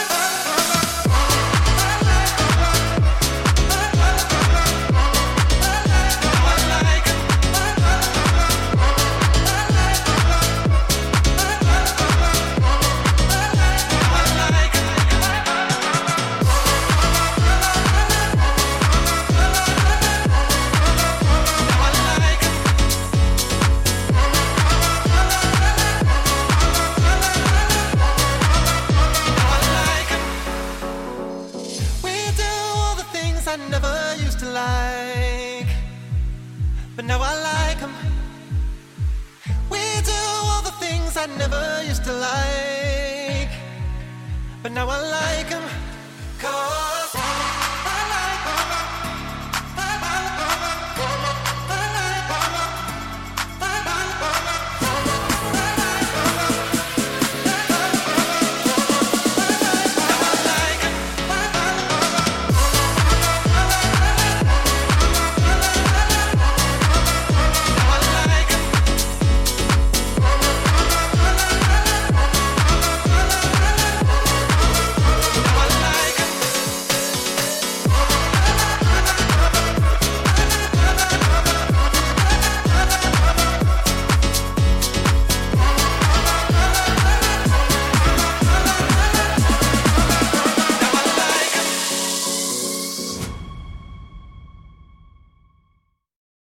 Now I like them. Now I like them. Now I like them. Now I like them. We do all the things I never used to like, but now I like them. We do all the things I never used to like, but now I like them. Cause